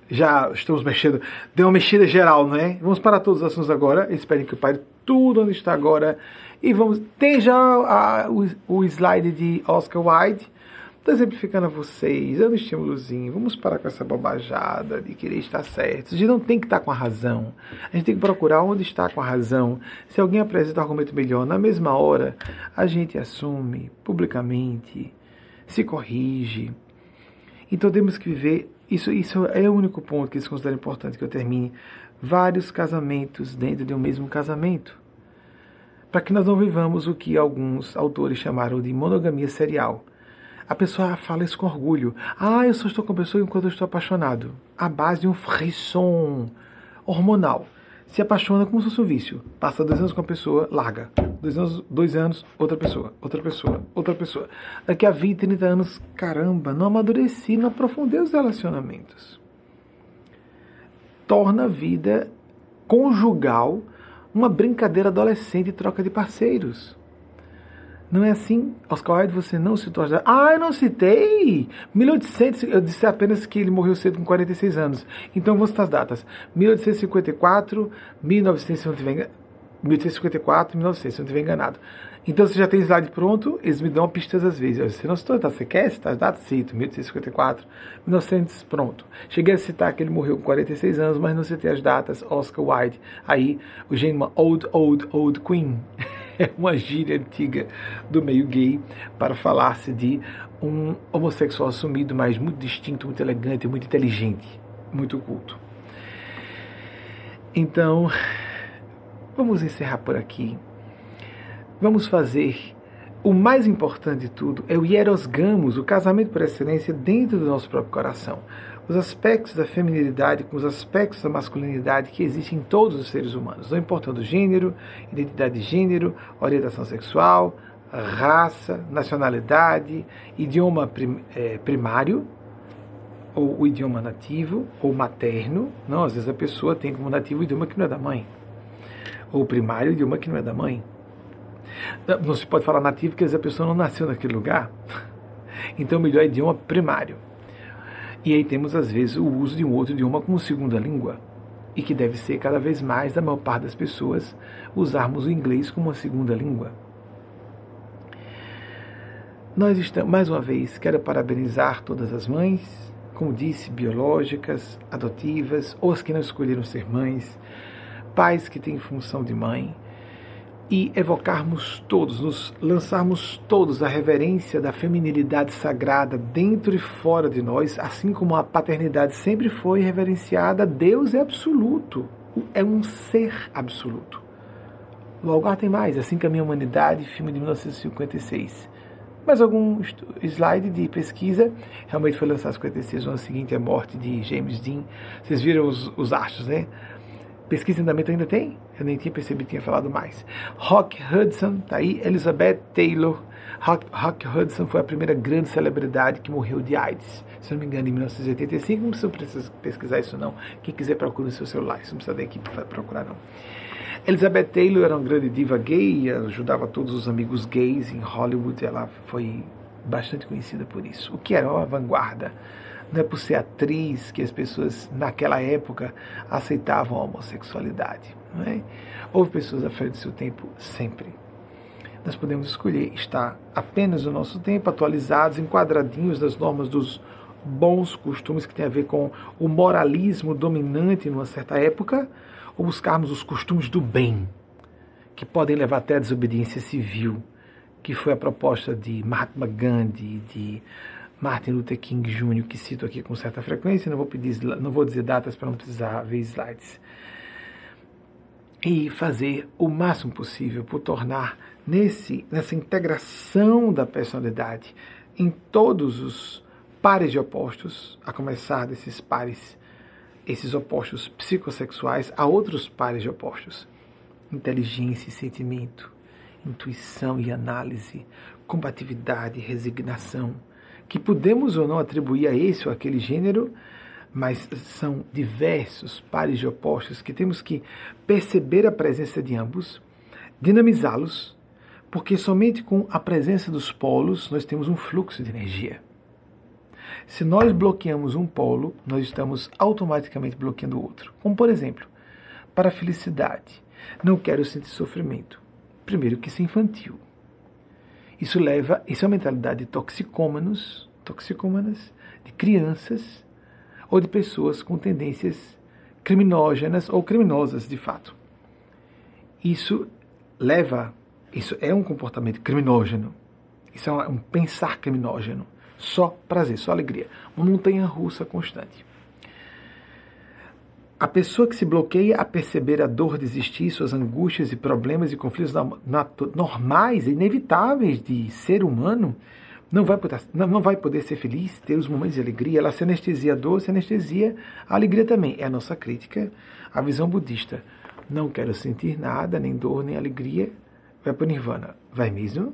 Já estamos mexendo, deu uma mexida geral, não é? Vamos para todos os assuntos agora. Esperem que eu pare tudo onde está agora. E vamos. Tem já a, o, o slide de Oscar Wilde. Estou exemplificando a vocês, dando um estímulozinho. Vamos parar com essa bobajada de querer estar certo. A gente não tem que estar com a razão. A gente tem que procurar onde está com a razão. Se alguém apresenta um argumento melhor, na mesma hora, a gente assume publicamente, se corrige. Então temos que viver. Isso, isso é o único ponto que eles consideram importante que eu termine. Vários casamentos dentro de um mesmo casamento. Para que nós não vivamos o que alguns autores chamaram de monogamia serial. A pessoa fala isso com orgulho. Ah, eu só estou com a pessoa enquanto eu estou apaixonado. À base de um frisson hormonal. Se apaixona como se fosse um vício. Passa dois anos com a pessoa, larga. Dois anos, dois anos, outra pessoa, outra pessoa, outra pessoa. Daqui a vinte, trinta anos, caramba, não amadureci, não aprofundei os relacionamentos. Torna a vida conjugal uma brincadeira adolescente de troca de parceiros. Não é assim? Oscar Wilde, você não citou as datas. Ah, eu não citei! mil e oitocentos, eu disse apenas que ele morreu cedo com quarenta e seis anos. Então vou citar as datas. mil oitocentos e cinquenta e quatro, mil e novecentos, se não tiver enganado. mil oitocentos e cinquenta e quatro, mil e novecentos, se não tiver enganado. Então você já tem slide pronto, eles me dão pistas às vezes. Você não citou, tá? Você quer citar as datas? Cito. mil oitocentos e cinquenta e quatro, mil e novecentos, pronto. Cheguei a citar que ele morreu com quarenta e seis anos, mas não citei as datas. Oscar Wilde. Aí, o gênero Old, Old, Old Queen. É uma gíria antiga do meio gay para falar-se de um homossexual assumido, mas muito distinto, muito elegante, muito inteligente, muito culto. Então, vamos encerrar por aqui. Vamos fazer o mais importante de tudo, é o hieros gamos, o casamento por excelência dentro do nosso próprio coração. Os aspectos da feminilidade com os aspectos da masculinidade que existem em todos os seres humanos, não importando gênero, identidade de gênero, orientação sexual, raça, nacionalidade, idioma prim, é, primário, ou o idioma nativo, ou materno. Não, às vezes a pessoa tem como nativo o idioma que não é da mãe, ou primário o idioma que não é da mãe. Não se pode falar nativo porque às vezes a pessoa não nasceu naquele lugar. Então o melhor é idioma primário. E aí temos, às vezes, o uso de um outro idioma como segunda língua. E que deve ser, cada vez mais, da maior parte das pessoas, usarmos o inglês como uma segunda língua. Nós estamos, mais uma vez, quero parabenizar todas as mães, como disse, biológicas, adotivas, ou as que não escolheram ser mães, pais que têm função de mãe, e evocarmos todos, nos lançarmos todos a reverência da feminilidade sagrada dentro e fora de nós, assim como a paternidade sempre foi reverenciada. Deus é absoluto, é um ser absoluto. Logo, ah, tem mais, Assim Caminha a Humanidade, filme de mil novecentos e cinquenta e seis. Mais algum slide de pesquisa, realmente foi lançado em cinquenta e seis, no ano seguinte à morte de James Dean. Vocês viram os, os astros, né? Pesquisa em andamento ainda tem? Eu nem tinha percebido que tinha falado mais. Rock Hudson, tá aí. Elizabeth Taylor. Rock, Rock Hudson foi a primeira grande celebridade que morreu de AIDS. Se não me engano, em mil novecentos e oitenta e cinco. Não precisa pesquisar isso, não. Quem quiser, procura no seu celular. Isso não precisa da equipe procurar, não. Elizabeth Taylor era uma grande diva gay, ajudava todos os amigos gays em Hollywood. Ela foi bastante conhecida por isso. O que era uma vanguarda. Não é por ser atriz que as pessoas naquela época aceitavam a homossexualidade. Não é? Houve pessoas à frente do seu tempo sempre. Nós podemos escolher estar apenas no nosso tempo, atualizados, enquadradinhos das normas dos bons costumes que tem a ver com o moralismo dominante numa certa época, ou buscarmos os costumes do bem, que podem levar até a desobediência civil, que foi a proposta de Mahatma Gandhi, de Martin Luther King Júnior, que cito aqui com certa frequência, não vou, pedir, não vou dizer datas para não precisar ver slides. E fazer o máximo possível por tornar nesse, nessa integração da personalidade em todos os pares de opostos, a começar desses pares, esses opostos psicossexuais, a outros pares de opostos. Inteligência e sentimento, intuição e análise, combatividade e resignação, que podemos ou não atribuir a esse ou aquele gênero, mas são diversos pares de opostos que temos que perceber a presença de ambos, dinamizá-los, porque somente com a presença dos polos nós temos um fluxo de energia. Se nós bloqueamos um polo, nós estamos automaticamente bloqueando o outro. Como, por exemplo, para a felicidade. Não quero sentir sofrimento. Primeiro, que isso é infantil. Isso leva, isso é uma mentalidade de toxicômanos, toxicômanas, de crianças ou de pessoas com tendências criminógenas ou criminosas, de fato. Isso leva, isso é um comportamento criminógeno. Isso é um pensar criminógeno. Só prazer, só alegria. Uma montanha-russa constante. A pessoa que se bloqueia a perceber a dor de existir, suas angústias e problemas e conflitos normais e inevitáveis de ser humano, não vai, poder, não, não vai poder ser feliz, ter os momentos de alegria. Ela se anestesia a dor, se anestesia a alegria também. É a nossa crítica à visão budista. Não quero sentir nada, nem dor, nem alegria. Vai para o Nirvana. Vai mesmo?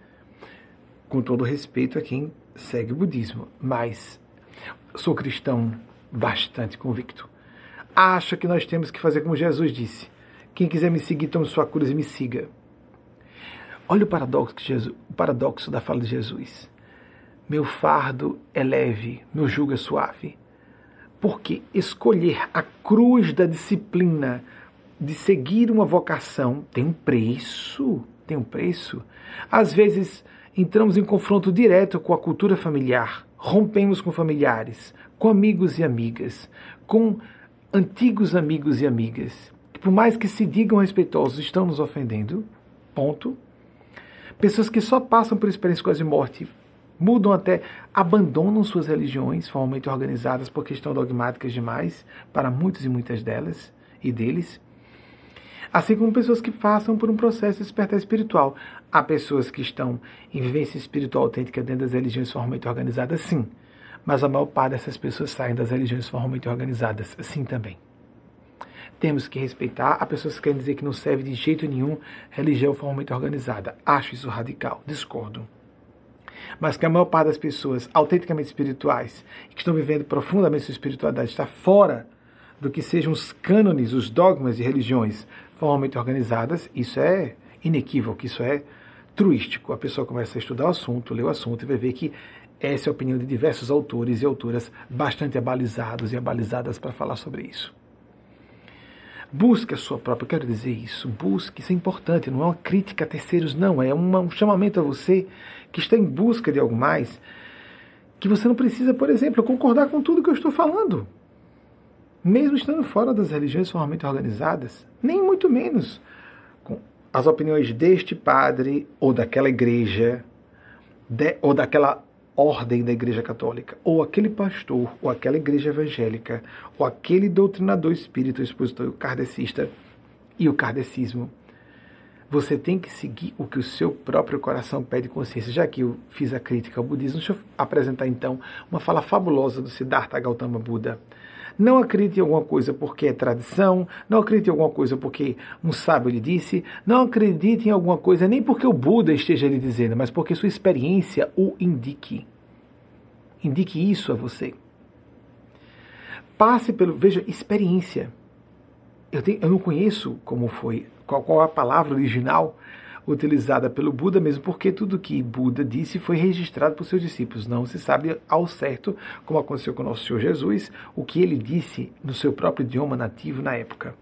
Com todo respeito a quem segue o budismo. Mas sou cristão bastante convicto. Acho que nós temos que fazer como Jesus disse. Quem quiser me seguir, tome sua cruz e me siga. Olha o paradoxo, que Jesus, o paradoxo da fala de Jesus. Meu fardo é leve, meu jugo é suave. Porque escolher a cruz da disciplina de seguir uma vocação tem um preço, tem um preço. Às vezes entramos em confronto direto com a cultura familiar, rompemos com familiares, com amigos e amigas, com antigos amigos e amigas, que por mais que se digam respeitosos, estão nos ofendendo, ponto. Pessoas que só passam por experiências quase de morte, mudam até, abandonam suas religiões formalmente organizadas porque estão dogmáticas demais para muitos e muitas delas e deles. Assim como pessoas que passam por um processo de despertar espiritual. Há pessoas que estão em vivência espiritual autêntica dentro das religiões formalmente organizadas, sim. Mas a maior parte dessas pessoas saem das religiões formalmente organizadas, sim também. Temos que respeitar. Há pessoas que querem dizer que não serve de jeito nenhum religião formalmente organizada. Acho isso radical, discordo. Mas que a maior parte das pessoas autenticamente espirituais, que estão vivendo profundamente sua espiritualidade, está fora do que sejam os cânones, os dogmas de religiões formalmente organizadas, isso é inequívoco, isso é truístico. A pessoa começa a estudar o assunto, ler o assunto e vai ver que essa é a opinião de diversos autores e autoras bastante abalizados e abalizadas para falar sobre isso. Busque a sua própria, eu quero dizer isso, busque, isso é importante, não é uma crítica a terceiros, não, é uma, um chamamento a você que está em busca de algo mais, que você não precisa, por exemplo, concordar com tudo que eu estou falando, mesmo estando fora das religiões formalmente organizadas, nem muito menos com as opiniões deste padre ou daquela igreja, de, ou daquela ordem da Igreja Católica, ou aquele pastor, ou aquela igreja evangélica, ou aquele doutrinador espírita, expositor kardecista e o kardecismo. Você tem que seguir o que o seu próprio coração pede consciência. Já que eu fiz a crítica ao budismo, deixa eu apresentar então uma fala fabulosa do Siddhartha Gautama Buda. Não acredite em alguma coisa porque é tradição, não acredite em alguma coisa porque um sábio lhe disse, não acredite em alguma coisa nem porque o Buda esteja lhe dizendo, mas porque sua experiência o indique. Indique isso a você. Passe pelo... Veja, experiência. Eu, tenho, eu não conheço como foi, qual, qual a palavra original utilizada pelo Buda mesmo, porque tudo que Buda disse foi registrado por seus discípulos. Não se sabe ao certo, como aconteceu com o nosso Senhor Jesus, o que ele disse no seu próprio idioma nativo na época.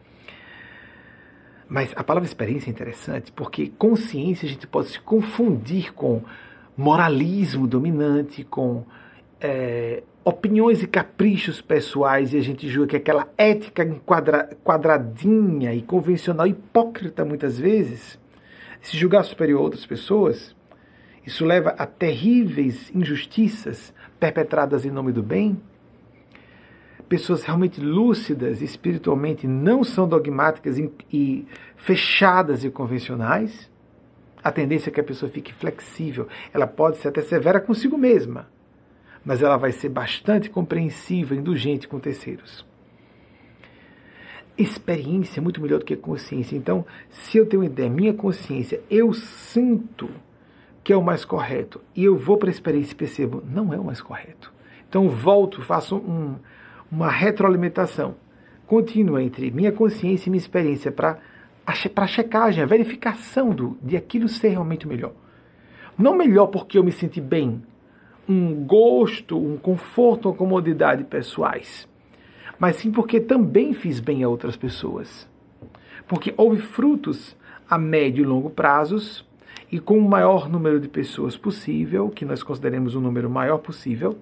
Mas a palavra experiência é interessante, porque consciência a gente pode se confundir com moralismo dominante, com é, opiniões e caprichos pessoais, e a gente julga que aquela ética enquadra, quadradinha e convencional, hipócrita muitas vezes, se julgar superior a outras pessoas, isso leva a terríveis injustiças perpetradas em nome do bem. Pessoas realmente lúcidas espiritualmente não são dogmáticas e fechadas e convencionais. A tendência é que a pessoa fique flexível. Ela pode ser até severa consigo mesma, mas ela vai ser bastante compreensiva, indulgente com terceiros. Experiência é muito melhor do que consciência. Então, se eu tenho uma ideia, minha consciência, eu sinto que é o mais correto, e eu vou para a experiência e percebo, não é o mais correto. Então, volto, faço um, uma retroalimentação contínua entre minha consciência e minha experiência para a checagem, a verificação do, de aquilo ser realmente melhor. Não melhor porque eu me senti bem, um gosto, um conforto, uma comodidade pessoais, mas sim porque também fiz bem a outras pessoas. Porque houve frutos a médio e longo prazos e com o maior número de pessoas possível, que nós consideremos o número maior possível,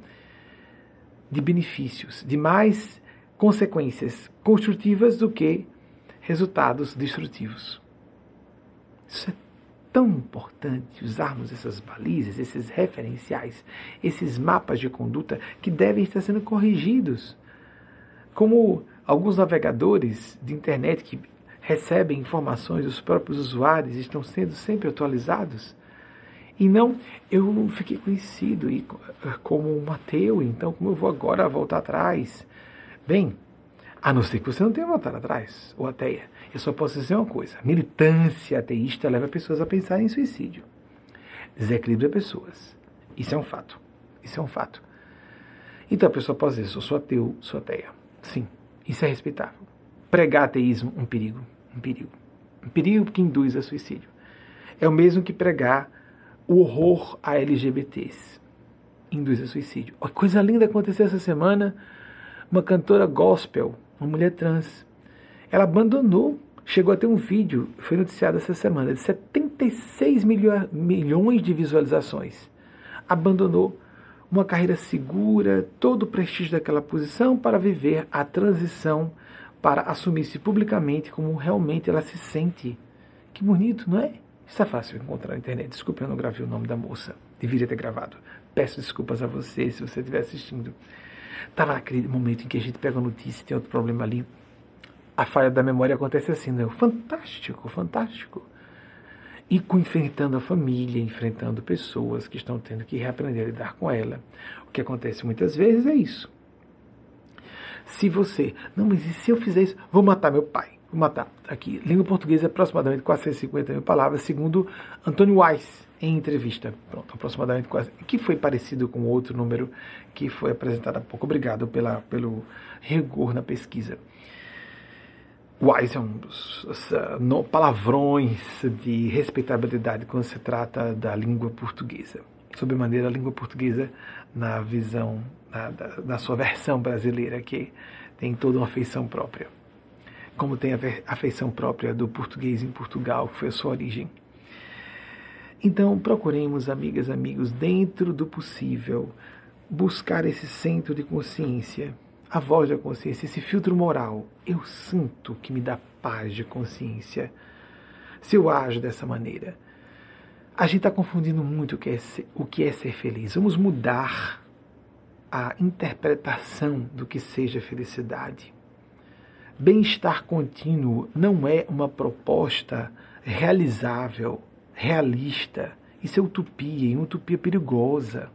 de benefícios, de mais consequências construtivas do que resultados destrutivos. Isso é tão importante usarmos essas balizas, esses referenciais, esses mapas de conduta que devem estar sendo corrigidos. Como alguns navegadores de internet que recebem informações dos próprios usuários estão sendo sempre atualizados. E não, eu fiquei conhecido e, como um ateu, então como eu vou agora voltar atrás? Bem, a não ser que você não tenha voltado atrás, ou ateia. Eu só posso dizer uma coisa, militância ateísta leva pessoas a pensar em suicídio. Desequilibra pessoas. Isso é um fato. Isso é um fato. Então a pessoa pode dizer, sou, sou ateu, sou ateia. Sim, isso é respeitável. Pregar ateísmo, um perigo. Um perigo. Um perigo que induz a suicídio. É o mesmo que pregar o horror a L G B Ts. Induz a suicídio. Uma coisa linda aconteceu essa semana. Uma cantora gospel, uma mulher trans, ela abandonou, chegou a ter um vídeo, foi noticiado essa semana, de setenta e seis milhões de visualizações. Abandonou uma carreira segura, todo o prestígio daquela posição para viver a transição, para assumir-se publicamente como realmente ela se sente. Que bonito, não é? Isso é fácil encontrar na internet. Desculpa, eu não gravei o nome da moça. Deveria ter gravado. Peço desculpas a você se você estiver assistindo. Estava naquele momento em que a gente pega a notícia e tem outro problema ali. A falha da memória acontece assim, né? Fantástico, fantástico. E com, enfrentando a família, enfrentando pessoas que estão tendo que reaprender a lidar com ela. O que acontece muitas vezes é isso. Se você... Não, mas e se eu fizer isso? Vou matar meu pai. Vou matar. Aqui, língua portuguesa é aproximadamente quatrocentas e cinquenta mil palavras, segundo Antônio Weiss, em entrevista. Pronto, aproximadamente quase. Que foi parecido com outro número que foi apresentado há pouco. Obrigado pela, pelo rigor na pesquisa. Weiss é um dos uh, no, palavrões de respeitabilidade quando se trata da língua portuguesa. Sobremaneira, a língua portuguesa, na visão, na, da, da sua versão brasileira, que tem toda uma feição própria. Como tem a afeição própria do português em Portugal, que foi a sua origem. Então, procuremos, amigas, amigos, dentro do possível, buscar esse centro de consciência, a voz da consciência, esse filtro moral. Eu sinto que me dá paz de consciência se eu ajo dessa maneira. A gente está confundindo muito o que, é ser, o que é ser feliz. Vamos mudar a interpretação do que seja felicidade. Bem-estar contínuo não é uma proposta realizável, realista. Isso é utopia, e uma utopia perigosa.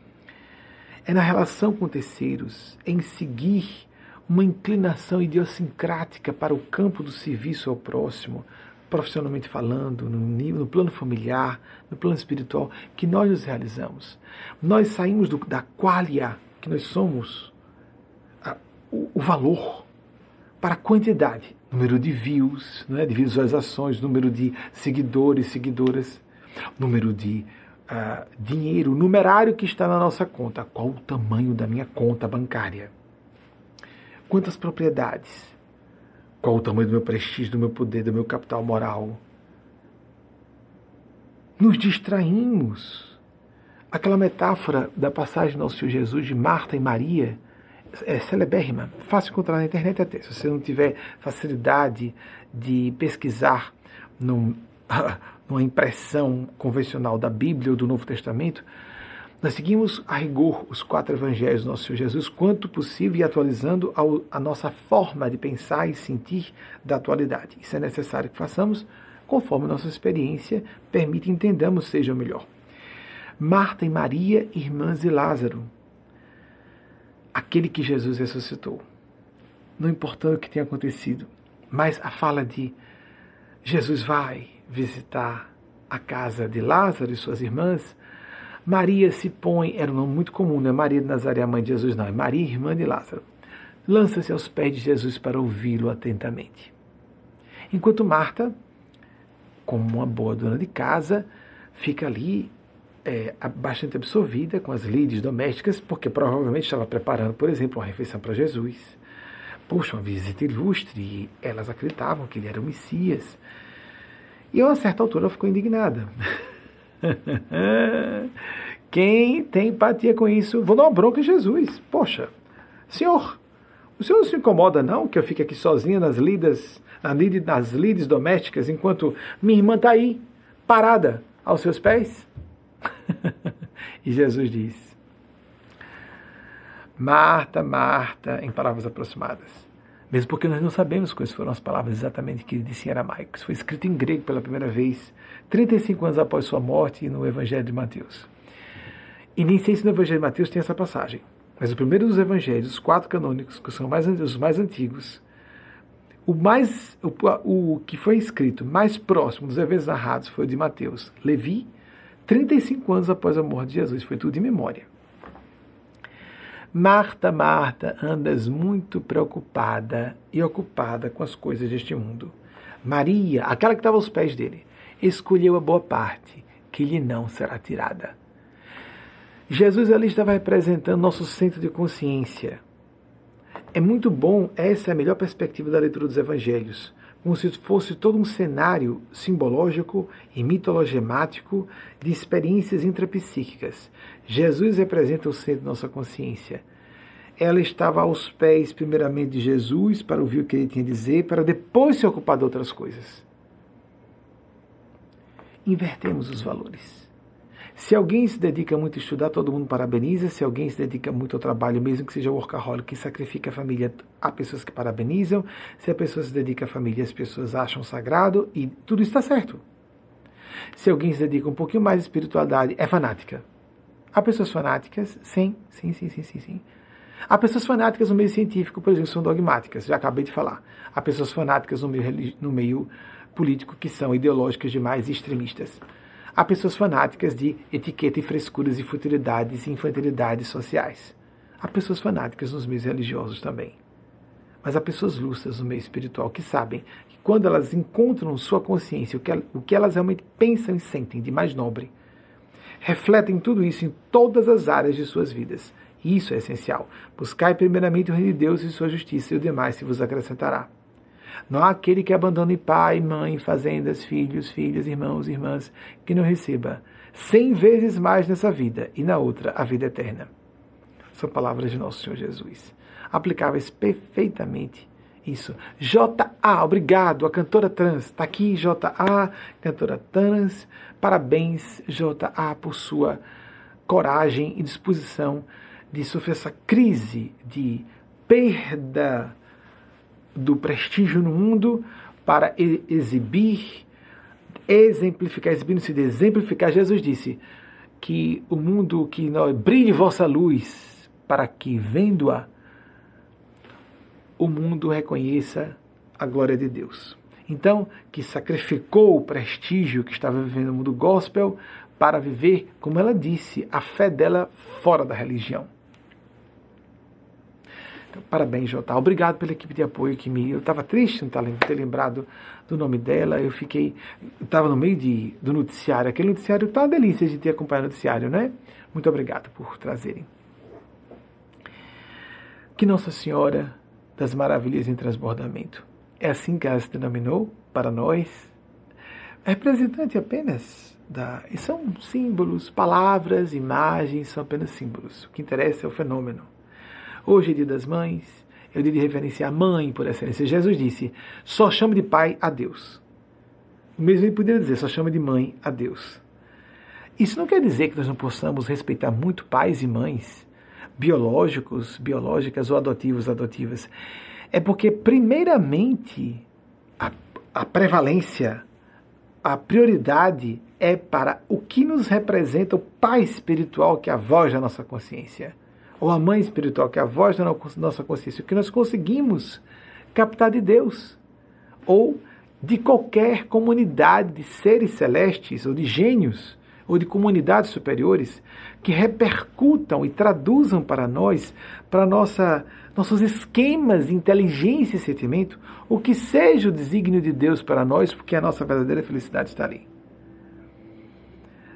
É na relação com terceiros, em seguir uma inclinação idiosincrática para o campo do serviço ao próximo, profissionalmente falando, no, nível, no plano familiar, no plano espiritual, que nós nos realizamos. Nós saímos do, da qualia que nós somos, a, o, o valor, para a quantidade, número de views, né, de visualizações, número de seguidores, seguidoras, número de uh, dinheiro, numerário que está na nossa conta. Qual o tamanho da minha conta bancária? Quantas propriedades? Qual o tamanho do meu prestígio, do meu poder, do meu capital moral? Nos distraímos. Aquela metáfora da passagem do nosso Senhor Jesus de Marta e Maria, é celebérrima, fácil encontrar na internet até. Se você não tiver facilidade de pesquisar num, numa impressão convencional da Bíblia ou do Novo Testamento, nós seguimos a rigor os quatro evangelhos do nosso Senhor Jesus, quanto possível, e atualizando a nossa forma de pensar e sentir da atualidade. Isso é necessário que façamos conforme a nossa experiência permite e entendamos seja o melhor. Marta e Maria, irmãs de Lázaro, aquele que Jesus ressuscitou. Não importando o que tenha acontecido, mas a fala de Jesus vai visitar a casa de Lázaro e suas irmãs. Maria se põe, era um nome muito comum, não é Maria de Nazaré, a mãe de Jesus, não, é Maria, irmã de Lázaro. Lança-se aos pés de Jesus para ouvi-lo atentamente. Enquanto Marta, como uma boa dona de casa, fica ali é, bastante absorvida com as lides domésticas, porque provavelmente estava preparando, por exemplo, uma refeição para Jesus. Puxa, uma visita ilustre, e elas acreditavam que ele era o Messias. E a uma certa altura ela ficou indignada. Quem tem empatia com isso? Vou dar uma bronca em Jesus. Poxa, Senhor, o Senhor não se incomoda não que eu fique aqui sozinha nas lidas, nas lides domésticas, enquanto minha irmã está aí, parada aos seus pés? E Jesus diz: Marta, Marta, em palavras aproximadas. Mesmo porque nós não sabemos quais foram as palavras exatamente que ele disse em aramaico. Isso foi escrito em grego pela primeira vez, trinta e cinco anos após sua morte, no Evangelho de Mateus. E nem sei se no Evangelho de Mateus tem essa passagem. Mas o primeiro dos evangelhos, os quatro canônicos, que são mais, os mais antigos, o, mais, o, o que foi escrito mais próximo dos eventos narrados foi o de Mateus. Levi, trinta e cinco anos após a morte de Jesus. Foi tudo de memória. Marta, Marta, andas muito preocupada e ocupada com as coisas deste mundo. Maria, aquela que estava aos pés dele, escolheu a boa parte, que lhe não será tirada. Jesus ali estava representando nosso centro de consciência. É muito bom, essa é a melhor perspectiva da leitura dos evangelhos, como se fosse todo um cenário simbológico e mitologemático de experiências intrapsíquicas. Jesus representa o centro da nossa consciência. Ela estava aos pés, primeiramente, de Jesus, para ouvir o que ele tinha a dizer, para depois se ocupar de outras coisas. Invertemos os valores. Se alguém se dedica muito a estudar, todo mundo parabeniza. Se alguém se dedica muito ao trabalho, mesmo que seja workaholic, que sacrifica a família, há pessoas que parabenizam. Se a pessoa se dedica à família, as pessoas acham sagrado e tudo está certo. Se alguém se dedica um pouquinho mais à espiritualidade, é fanática. Há pessoas fanáticas, sim, sim, sim, sim, sim, sim. Há pessoas fanáticas no meio científico, por exemplo, são dogmáticas, já acabei de falar. Há pessoas fanáticas no meio, religi- no meio político que são ideológicas demais e extremistas. Há pessoas fanáticas de etiqueta e frescuras e futilidades e infantilidades sociais. Há pessoas fanáticas nos meios religiosos também. Mas há pessoas lúcidas no meio espiritual que sabem que quando elas encontram sua consciência, o que, o que elas realmente pensam e sentem de mais nobre, refletem tudo isso em todas as áreas de suas vidas. E isso é essencial. Buscai primeiramente o reino de Deus e sua justiça, e o demais se vos acrescentará. Não há aquele que abandone pai, mãe, fazendas, filhos, filhas, irmãos, irmãs, que não receba cem vezes mais nessa vida e na outra a vida eterna. São palavras de nosso Senhor Jesus. Aplicáveis perfeitamente isso. J A, obrigado, a cantora trans. Está aqui, J A, cantora trans. Parabéns, J A, por sua coragem e disposição de sofrer essa crise de perda do prestígio no mundo para exibir, exemplificar, exibir-se de exemplificar. Jesus disse que o mundo, que nós, brilhe vossa luz, para que, vendo-a, o mundo reconheça a glória de Deus. Então, que sacrificou o prestígio que estava vivendo no mundo gospel para viver, como ela disse, a fé dela fora da religião. Então, parabéns, Jota. Obrigado pela equipe de apoio que me... Eu estava triste não ter lembrado do nome dela. Eu fiquei... Estava no meio de, do noticiário. Aquele noticiário está uma delícia de ter acompanhado o noticiário, né? Muito obrigado por trazerem. Que Nossa Senhora das Maravilhas em Transbordamento. É assim que ela se denominou para nós. Representante apenas da... E são símbolos, palavras, imagens, são apenas símbolos. O que interessa é o fenômeno. Hoje é dia das mães, é o dia de reverenciar a mãe por excelência. Jesus disse, só chama de pai a Deus. O mesmo ele poderia dizer, só chama de mãe a Deus. Isso não quer dizer que nós não possamos respeitar muito pais e mães, biológicos, biológicas ou adotivos, adotivas. É porque, primeiramente, a, a prevalência, a prioridade é para o que nos representa o pai espiritual, que é a voz da nossa consciência. Ou a mãe espiritual, que é a voz da nossa consciência, o que nós conseguimos captar de Deus, ou de qualquer comunidade de seres celestes, ou de gênios, ou de comunidades superiores, que repercutam e traduzam para nós, para nossa, nossos esquemas de inteligência e sentimento, o que seja o desígnio de Deus para nós, porque a nossa verdadeira felicidade está ali.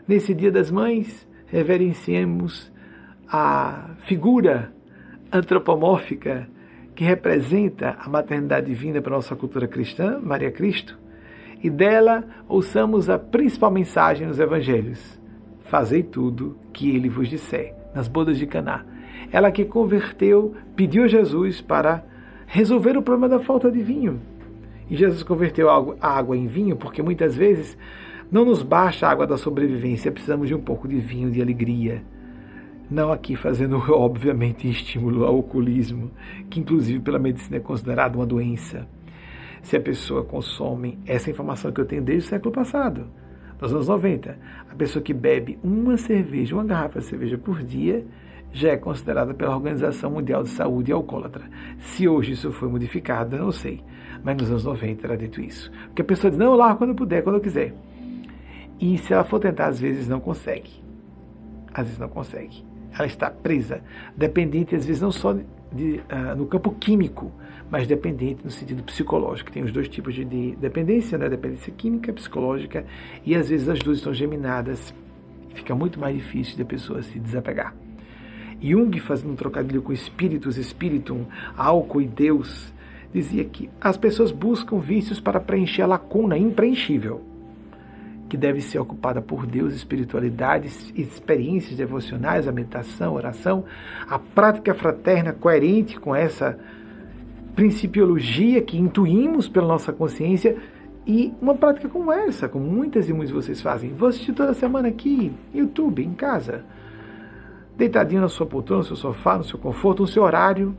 nesse Dia das Mães, reverenciemos a figura antropomórfica que representa a maternidade divina para a nossa cultura cristã, Maria Cristo, e dela ouçamos a principal mensagem nos Evangelhos: fazei tudo que ele vos disser, nas bodas de Caná. Ela que converteu, pediu a Jesus para resolver o problema da falta de vinho. E Jesus converteu a água em vinho porque muitas vezes não nos basta a água da sobrevivência, precisamos de um pouco de vinho de alegria. Não aqui fazendo, obviamente, estímulo ao alcoolismo, que inclusive pela medicina é considerado uma doença. Se a pessoa consome, essa informação que eu tenho desde o século passado, nos anos noventa, a pessoa que bebe uma cerveja, uma garrafa de cerveja por dia, já é considerada pela Organização Mundial de Saúde alcoólatra. Se hoje isso foi modificado, eu não sei, mas nos anos noventa era dito isso. Porque a pessoa diz, não, eu largo quando eu puder, quando eu quiser. E se ela for tentar, às vezes não consegue. Às vezes não consegue. Ela está presa, dependente, às vezes, não só de, uh, no campo químico, mas dependente no sentido psicológico. Tem os dois tipos de, de dependência, né? Dependência química, psicológica, e às vezes as duas estão geminadas. E fica muito mais difícil da pessoa se desapegar. Jung, fazendo um trocadilho com espíritos, espíritum, álcool e Deus, dizia que as pessoas buscam vícios para preencher a lacuna impreenchível, que deve ser ocupada por Deus, espiritualidade, experiências devocionais, a meditação, a oração, a prática fraterna coerente com essa principiologia que intuímos pela nossa consciência, e uma prática como essa, como muitas e muitos de vocês fazem. Vou assistir toda semana aqui, YouTube, em casa, deitadinho na sua poltrona, no seu sofá, no seu conforto, no seu horário.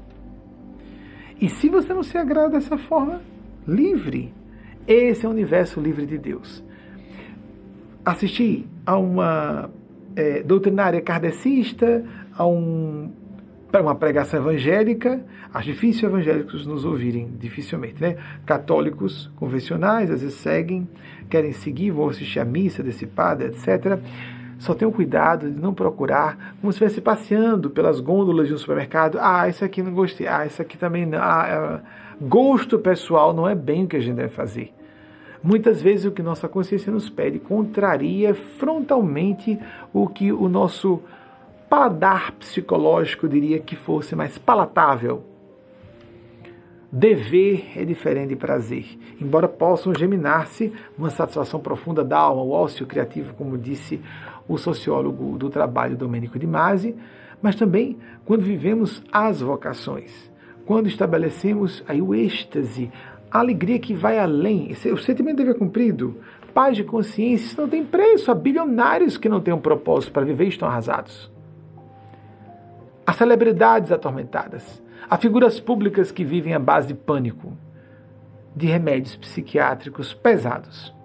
E se você não se agrada dessa forma, livre. Esse é o universo livre de Deus. Assistir a uma é, doutrinária kardecista, a um, uma pregação evangélica. Acho difícil evangélicos nos ouvirem, dificilmente, né? Católicos convencionais, às vezes seguem, querem seguir, vão assistir a missa desse padre, etcétera. Só tenham cuidado de não procurar, como se estivesse passeando pelas gôndolas de um supermercado. Ah, isso aqui não gostei. Ah, isso aqui também não. Ah, gosto pessoal não é bem o que a gente deve fazer. Muitas vezes o que nossa consciência nos pede contraria frontalmente o que o nosso paladar psicológico diria que fosse mais palatável. Dever é diferente de prazer, embora possam geminar-se uma satisfação profunda da alma, o ócio criativo, como disse o sociólogo do trabalho Domênico de Masi, mas também quando vivemos as vocações, quando estabelecemos aí o êxtase, a alegria que vai além, o sentimento de dever cumprido, paz de consciência, isso não tem preço. Há bilionários que não têm um propósito para viver e estão arrasados. Há celebridades atormentadas. Há figuras públicas que vivem à base de pânico, de remédios psiquiátricos pesados.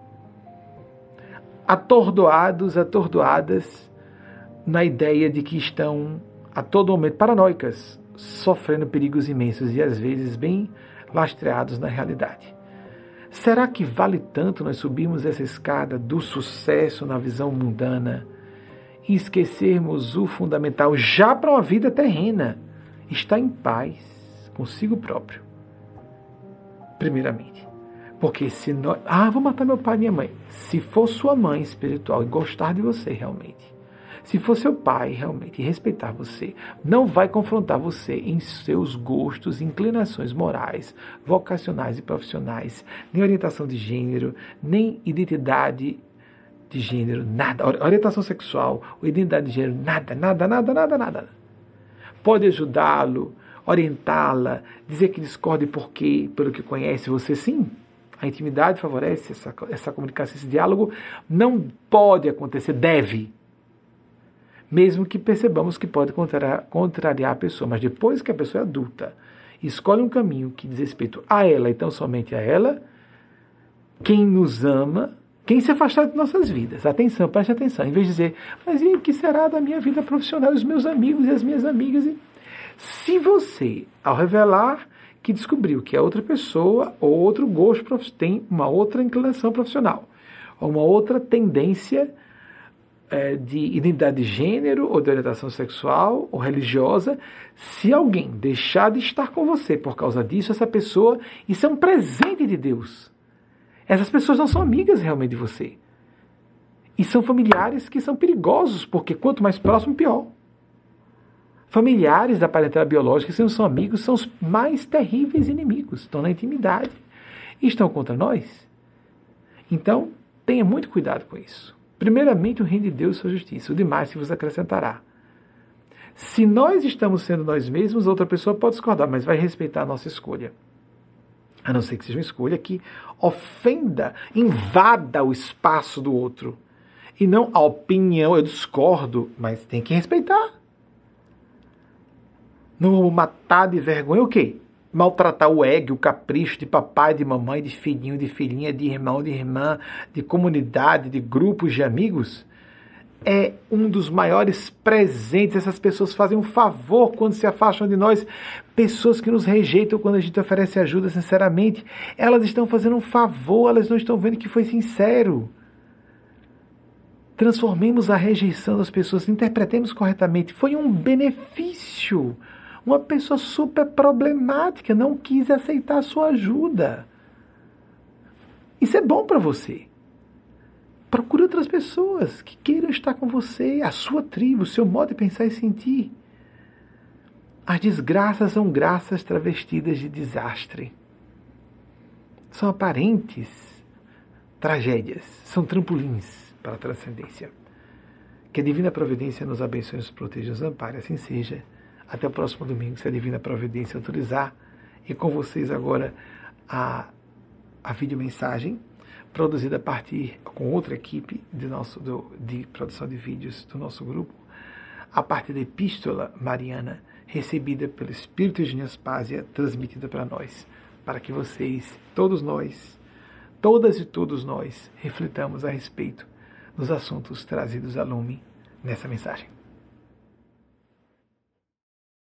Atordoados, atordoadas na ideia de que estão a todo momento paranoicas, sofrendo perigos imensos e às vezes bem lastreados na realidade. Será que vale tanto nós subirmos essa escada do sucesso na visão mundana e esquecermos o fundamental já para uma vida terrena? Estar em paz consigo próprio, primeiramente. Porque se nós... Ah, vou matar meu pai e minha mãe. Se for sua mãe espiritual e gostar de você realmente, se for seu pai realmente e respeitar você, não vai confrontar você em seus gostos, inclinações morais, vocacionais e profissionais, nem orientação de gênero, nem identidade de gênero, nada. Orientação sexual, identidade de gênero, nada, nada, nada, nada, nada. Pode ajudá-lo, orientá-la, dizer que discorde porque, pelo que conhece você, sim. A intimidade favorece essa, essa comunicação, esse diálogo. Não pode acontecer, deve. Mesmo que percebamos que pode contrariar, contrariar a pessoa. Mas depois que a pessoa é adulta, escolhe um caminho que diz respeito a ela e tão somente a ela, quem nos ama, quem se afastar de nossas vidas, atenção, preste atenção, em vez de dizer, mas e o que será da minha vida profissional, os meus amigos e as minhas amigas? Se você, ao revelar que descobriu que a outra pessoa ou outro gosto tem uma outra inclinação profissional, ou uma outra tendência é, de identidade de gênero, ou de orientação sexual, ou religiosa, se alguém deixar de estar com você por causa disso, essa pessoa, isso é um presente de Deus. Essas pessoas não são amigas realmente de você. E são familiares que são perigosos, porque quanto mais próximo, pior. Familiares da parentela biológica, se não são amigos, são os mais terríveis inimigos. Estão na intimidade e estão contra nós. Então, tenha muito cuidado com isso. Primeiramente, o reino de Deus e sua justiça. O demais se vos acrescentará. Se nós estamos sendo nós mesmos, outra pessoa pode discordar, mas vai respeitar a nossa escolha. A não ser que seja uma escolha que ofenda, invada o espaço do outro. E não a opinião, eu discordo, mas tem que respeitar. Não vou matar de vergonha o quê? Maltratar o ego, o capricho de papai, de mamãe, de filhinho, de filhinha, de irmão, de irmã, de comunidade, de grupos de amigos. É um dos maiores presentes. Essas pessoas fazem um favor quando se afastam de nós. Pessoas que nos rejeitam quando a gente oferece ajuda sinceramente. Elas estão fazendo um favor, elas não estão vendo que foi sincero. Transformemos a rejeição das pessoas, interpretemos corretamente. Foi um benefício. Uma pessoa super problemática não quis aceitar a sua ajuda. Isso é bom para você. Procure outras pessoas que queiram estar com você, a sua tribo, o seu modo de pensar e sentir. As desgraças são graças travestidas de desastre. São aparentes tragédias, são trampolins para a transcendência. Que a Divina Providência nos abençoe, nos proteja e nos ampare, assim seja. Até o próximo domingo, se a Divina Providência autorizar. E com vocês agora a, a videomensagem, produzida a partir, com outra equipe de, nosso, do, de produção de vídeos do nosso grupo, a partir da Epístola Mariana, recebida pelo Espírito de Nespásia, transmitida para nós, para que vocês, todos nós, todas e todos nós, reflitamos a respeito dos assuntos trazidos a lume nessa mensagem.